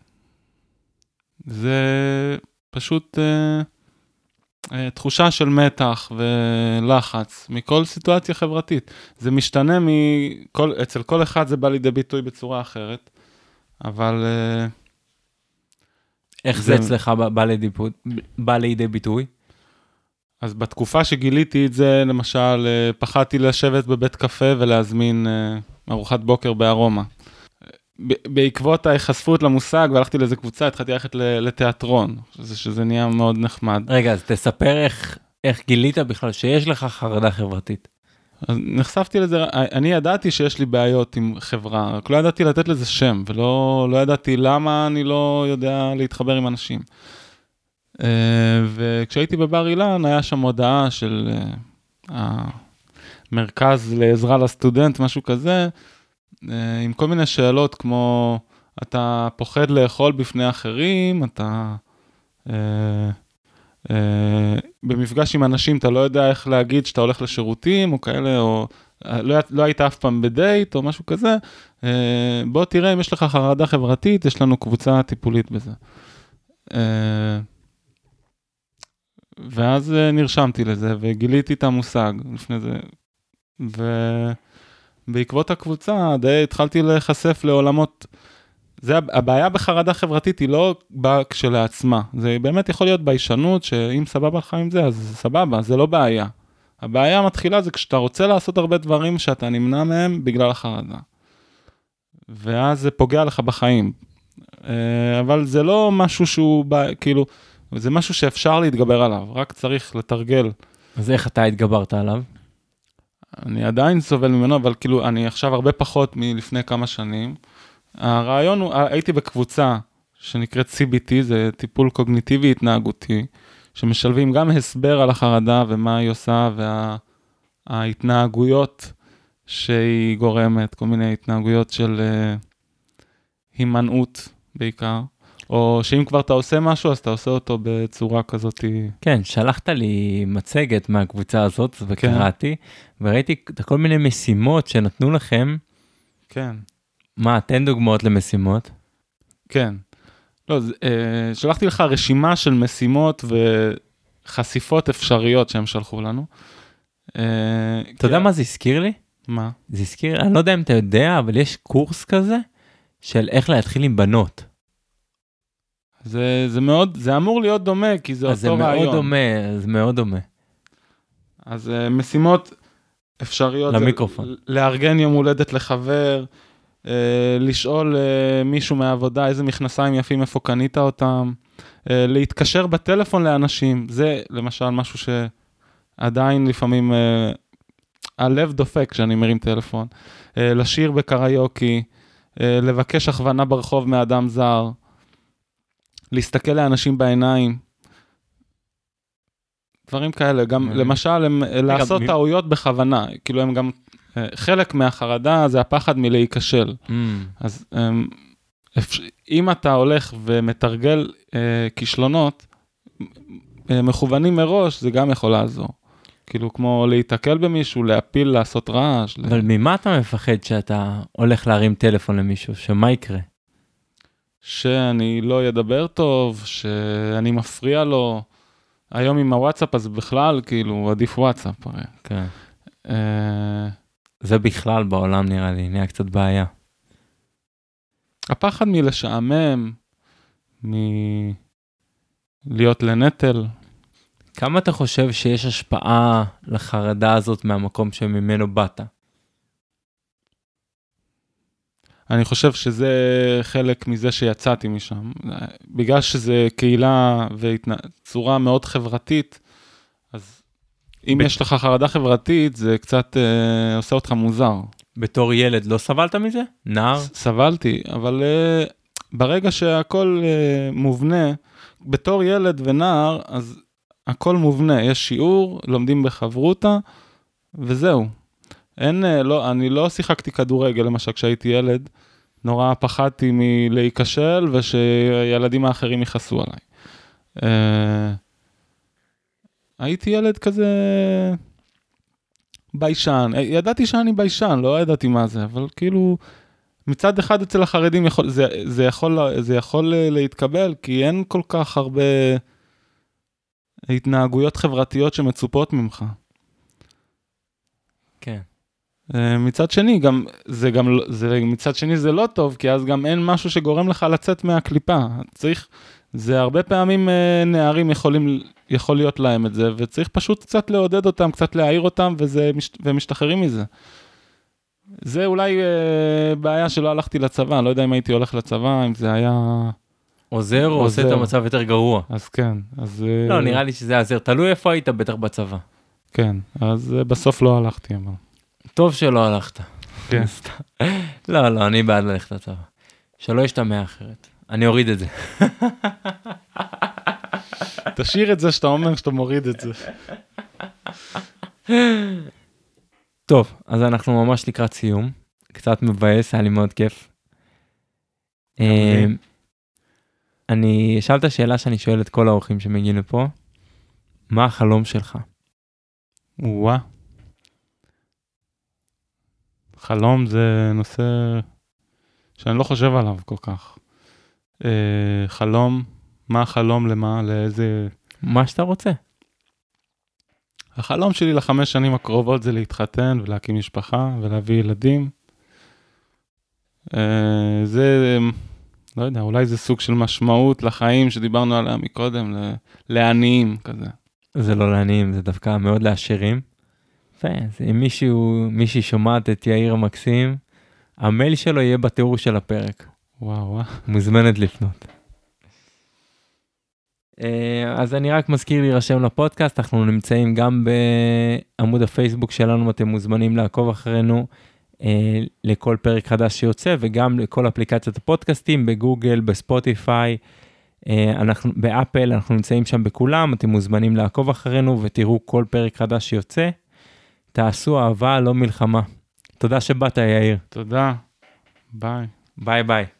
זה פשוט אה, אה, תחושה של מתח ולחץ מכל סיטואציה חברתית. זה משתנה מכל, אצל כל אחד זה בא לידי ביטוי בצורה אחרת, אבל... אה, איך זה, זה אצלך בא לידי, בא לידי ביטוי? אז בתקופה שגיליתי את זה, למשל, אה, פחדתי לשבת בבית קפה ולהזמין אה, ארוחת בוקר בארומה. בעקבות ההיחשפות למושג, והלכתי לאיזה קבוצה, התחלתי ללכת לתיאטרון, שזה נהיה מאוד נחמד. רגע, אז תספר איך, איך גילית בכלל שיש לך חרדה חברתית. אז נחשפתי לזה, אני ידעתי שיש לי בעיות עם חברה, רק לא ידעתי לתת לזה שם, ולא לא ידעתי למה אני לא יודע להתחבר עם אנשים. וכשהייתי בבר אילן, היה שם הודעה של המרכז לעזרה לסטודנט, משהו כזה, עם כל מיני שאלות כמו, אתה פוחד לאכול בפני אחרים, אתה אה, אה, במפגש עם אנשים, אתה לא יודע איך להגיד שאתה הולך לשירותים, או כאלה, או לא, לא היית אף פעם בדייט, או משהו כזה, אה, בוא תראה אם יש לך חרדה חברתית, יש לנו קבוצה טיפולית בזה. אה, ואז נרשמתי לזה, וגיליתי את המושג לפני זה, ו... בעקבות הקבוצה, די התחלתי להיחשף לעולמות זה הבעיה בחרדה חברתית, היא לא באה כשלעצמה. זה באמת יכול להיות ביישנות, שאם סבבה לך עם זה, אז סבבה, זה לא בעיה. הבעיה המתחילה זה כשאתה רוצה לעשות הרבה דברים שאתה נמנע מהם בגלל החרדה. ואז זה פוגע לך בחיים. אבל זה לא משהו שהוא, כאילו, זה משהו שאפשר להתגבר עליו, רק צריך לתרגל. אז איך אתה התגברת עליו? אני עדיין סובל ממנו, אבל כאילו, אני עכשיו הרבה פחות מלפני כמה שנים. הרעיון הוא, הייתי בקבוצה שנקראת סי בי טי, זה טיפול קוגניטיבי התנהגותי, שמשלבים גם הסבר על החרדה ומה היא עושה, וההתנהגויות שהיא גורמת, כל מיני התנהגויות של הימנעות בעיקר, או שאם כבר אתה עושה משהו, אז אתה עושה אותו בצורה כזאת. כן, שלחת לי מצגת מהקבוצה הזאת, וקראתי, וראיתי כל מיני משימות שנתנו לכם. כן. מה, תן דוגמאות למשימות? כן. לא, שלחתי לך רשימה של משימות וחשיפות אפשריות שהם שלחו לנו. אתה יודע מה זה הזכיר לי? מה? זה הזכיר, אני לא יודע אם אתה יודע, אבל יש קורס כזה של איך להתחיל עם בנות. זה, זה מאוד, זה אמור להיות דומה, כי זה אותו רעיון. זה מאוד דומה, זה מאוד דומה. אז משימות אפשריות, למיקרופון. לארגן יום הולדת לחבר, לשאול מישהו מהעבודה איזה מכנסיים יפים, איפה קנית אותם, להתקשר בטלפון לאנשים, זה למשל משהו שעדיין לפעמים הלב דופק כשאני מרים טלפון, לשיר בקריוקי, לבקש הכוונה ברחוב מאדם זר, להסתכל לאנשים בעיניים, דברים כאלה, גם למשל הם לעשות טעויות בכוונה, כאילו הם גם, חלק מהחרדה זה הפחד מלהיכשל, אז אם אתה הולך ומתרגל כישלונות, מכוונים מראש, זה גם יכול לעזור. כאילו כמו להתקל במישהו, להפיל, לעשות רעש. אבל ממה אתה מפחד שאתה הולך להרים טלפון למישהו? שמה יקרה? שאני לא ידבר טוב, שאני מפריע לו. היום עם הוואטסאפ, אז בכלל, כאילו, עדיף וואטסאפ. הרי. כן. זה בכלל בעולם נראה לי, נראה קצת בעיה. הפחד מלשעמם, מלהיות לנטל. כמה אתה חושב שיש השפעה לחרדה הזאת מהמקום שממנו באת? אני חושב שזה חלק מזה שיצאתי משם. בגלל שזה קהילה וצורה מאוד חברתית, אז אם ב... יש לך חרדה חברתית, זה קצת אה, עושה אותך מוזר. בתור ילד לא סבלת מזה? נער? ס- סבלתי, אבל אה, ברגע שהכל אה, מובנה, בתור ילד ונער, אז הכל מובנה. יש שיעור, לומדים בחברותה, וזהו. אין, לא, אני לא שיחקתי כדורגל, למשל, כשהייתי ילד, נורא פחדתי מלהיכשל, ושילדים האחרים יכעסו עליי. אה, הייתי ילד כזה ביישן, ידעתי שאני ביישן, לא ידעתי מה זה, אבל כאילו, מצד אחד אצל החרדים יכול, זה, זה, יכול, זה יכול להתקבל, כי אין כל כך הרבה התנהגויות חברתיות שמצופות ממך. כן. מצד שני, גם, זה גם, זה, מצד שני זה לא טוב, כי אז גם אין משהו שגורם לך לצאת מהקליפה. צריך, זה הרבה פעמים נערים יכולים, יכול להיות להם את זה, וצריך פשוט קצת לעודד אותם, קצת להעיר אותם, וזה, ומשתחררים מזה. זה אולי אה, בעיה שלא הלכתי לצבא, לא יודע אם הייתי הולך לצבא, אם זה היה... עוזר או עושה את המצב יותר גרוע? אז כן, אז... לא, נראה לי שזה עזר, תלוי איפה היית בטח בצבא. כן, אז בסוף לא הלכתי, אבל... טוב שלא הלכת. כן. לא, לא, אני בעד ללכת לצבא. שלא ישתמע אחרת. אני אוריד את זה. תשאיר את זה שאתה אומר שאתה מוריד את זה. טוב, אז אנחנו ממש לקראת סיום. קצת מבאס, היה לי מאוד כיף. אני אשאל את השאלה שאני שואל את כל האורחים שמגיעים לפה. מה החלום שלך? וואה. חלום זה נושא שאני לא חושב עליו כל כך. חלום, מה החלום למה, לאיזה... מה שאתה רוצה. החלום שלי לחמש שנים הקרובות זה להתחתן ולהקים משפחה ולהביא ילדים. זה לא יודע, אולי זה סוג של משמעות לחיים שדיברנו עליה מקודם, ל- לעניים כזה. זה לא לעניים, זה דווקא מאוד לעשירים. אז אם מישהו, מישהי שומעת את יאיר המקסים, המייל שלו יהיה בתיאור של הפרק. וואו, וואו. מוזמנת לפנות. אז אני רק מזכיר להירשם לפודקאסט, אנחנו נמצאים גם בעמוד הפייסבוק שלנו, אתם מוזמנים לעקוב אחרינו לכל פרק חדש שיוצא, וגם לכל אפליקציות הפודקאסטים, בגוגל, בספוטיפיי, אנחנו, באפל, אנחנו נמצאים שם בכולם, אתם מוזמנים לעקוב אחרינו ותראו כל פרק חדש שיוצא. תעשו אהבה, לא מלחמה. תודה שבאת, יאיר. תודה. ביי. ביי ביי.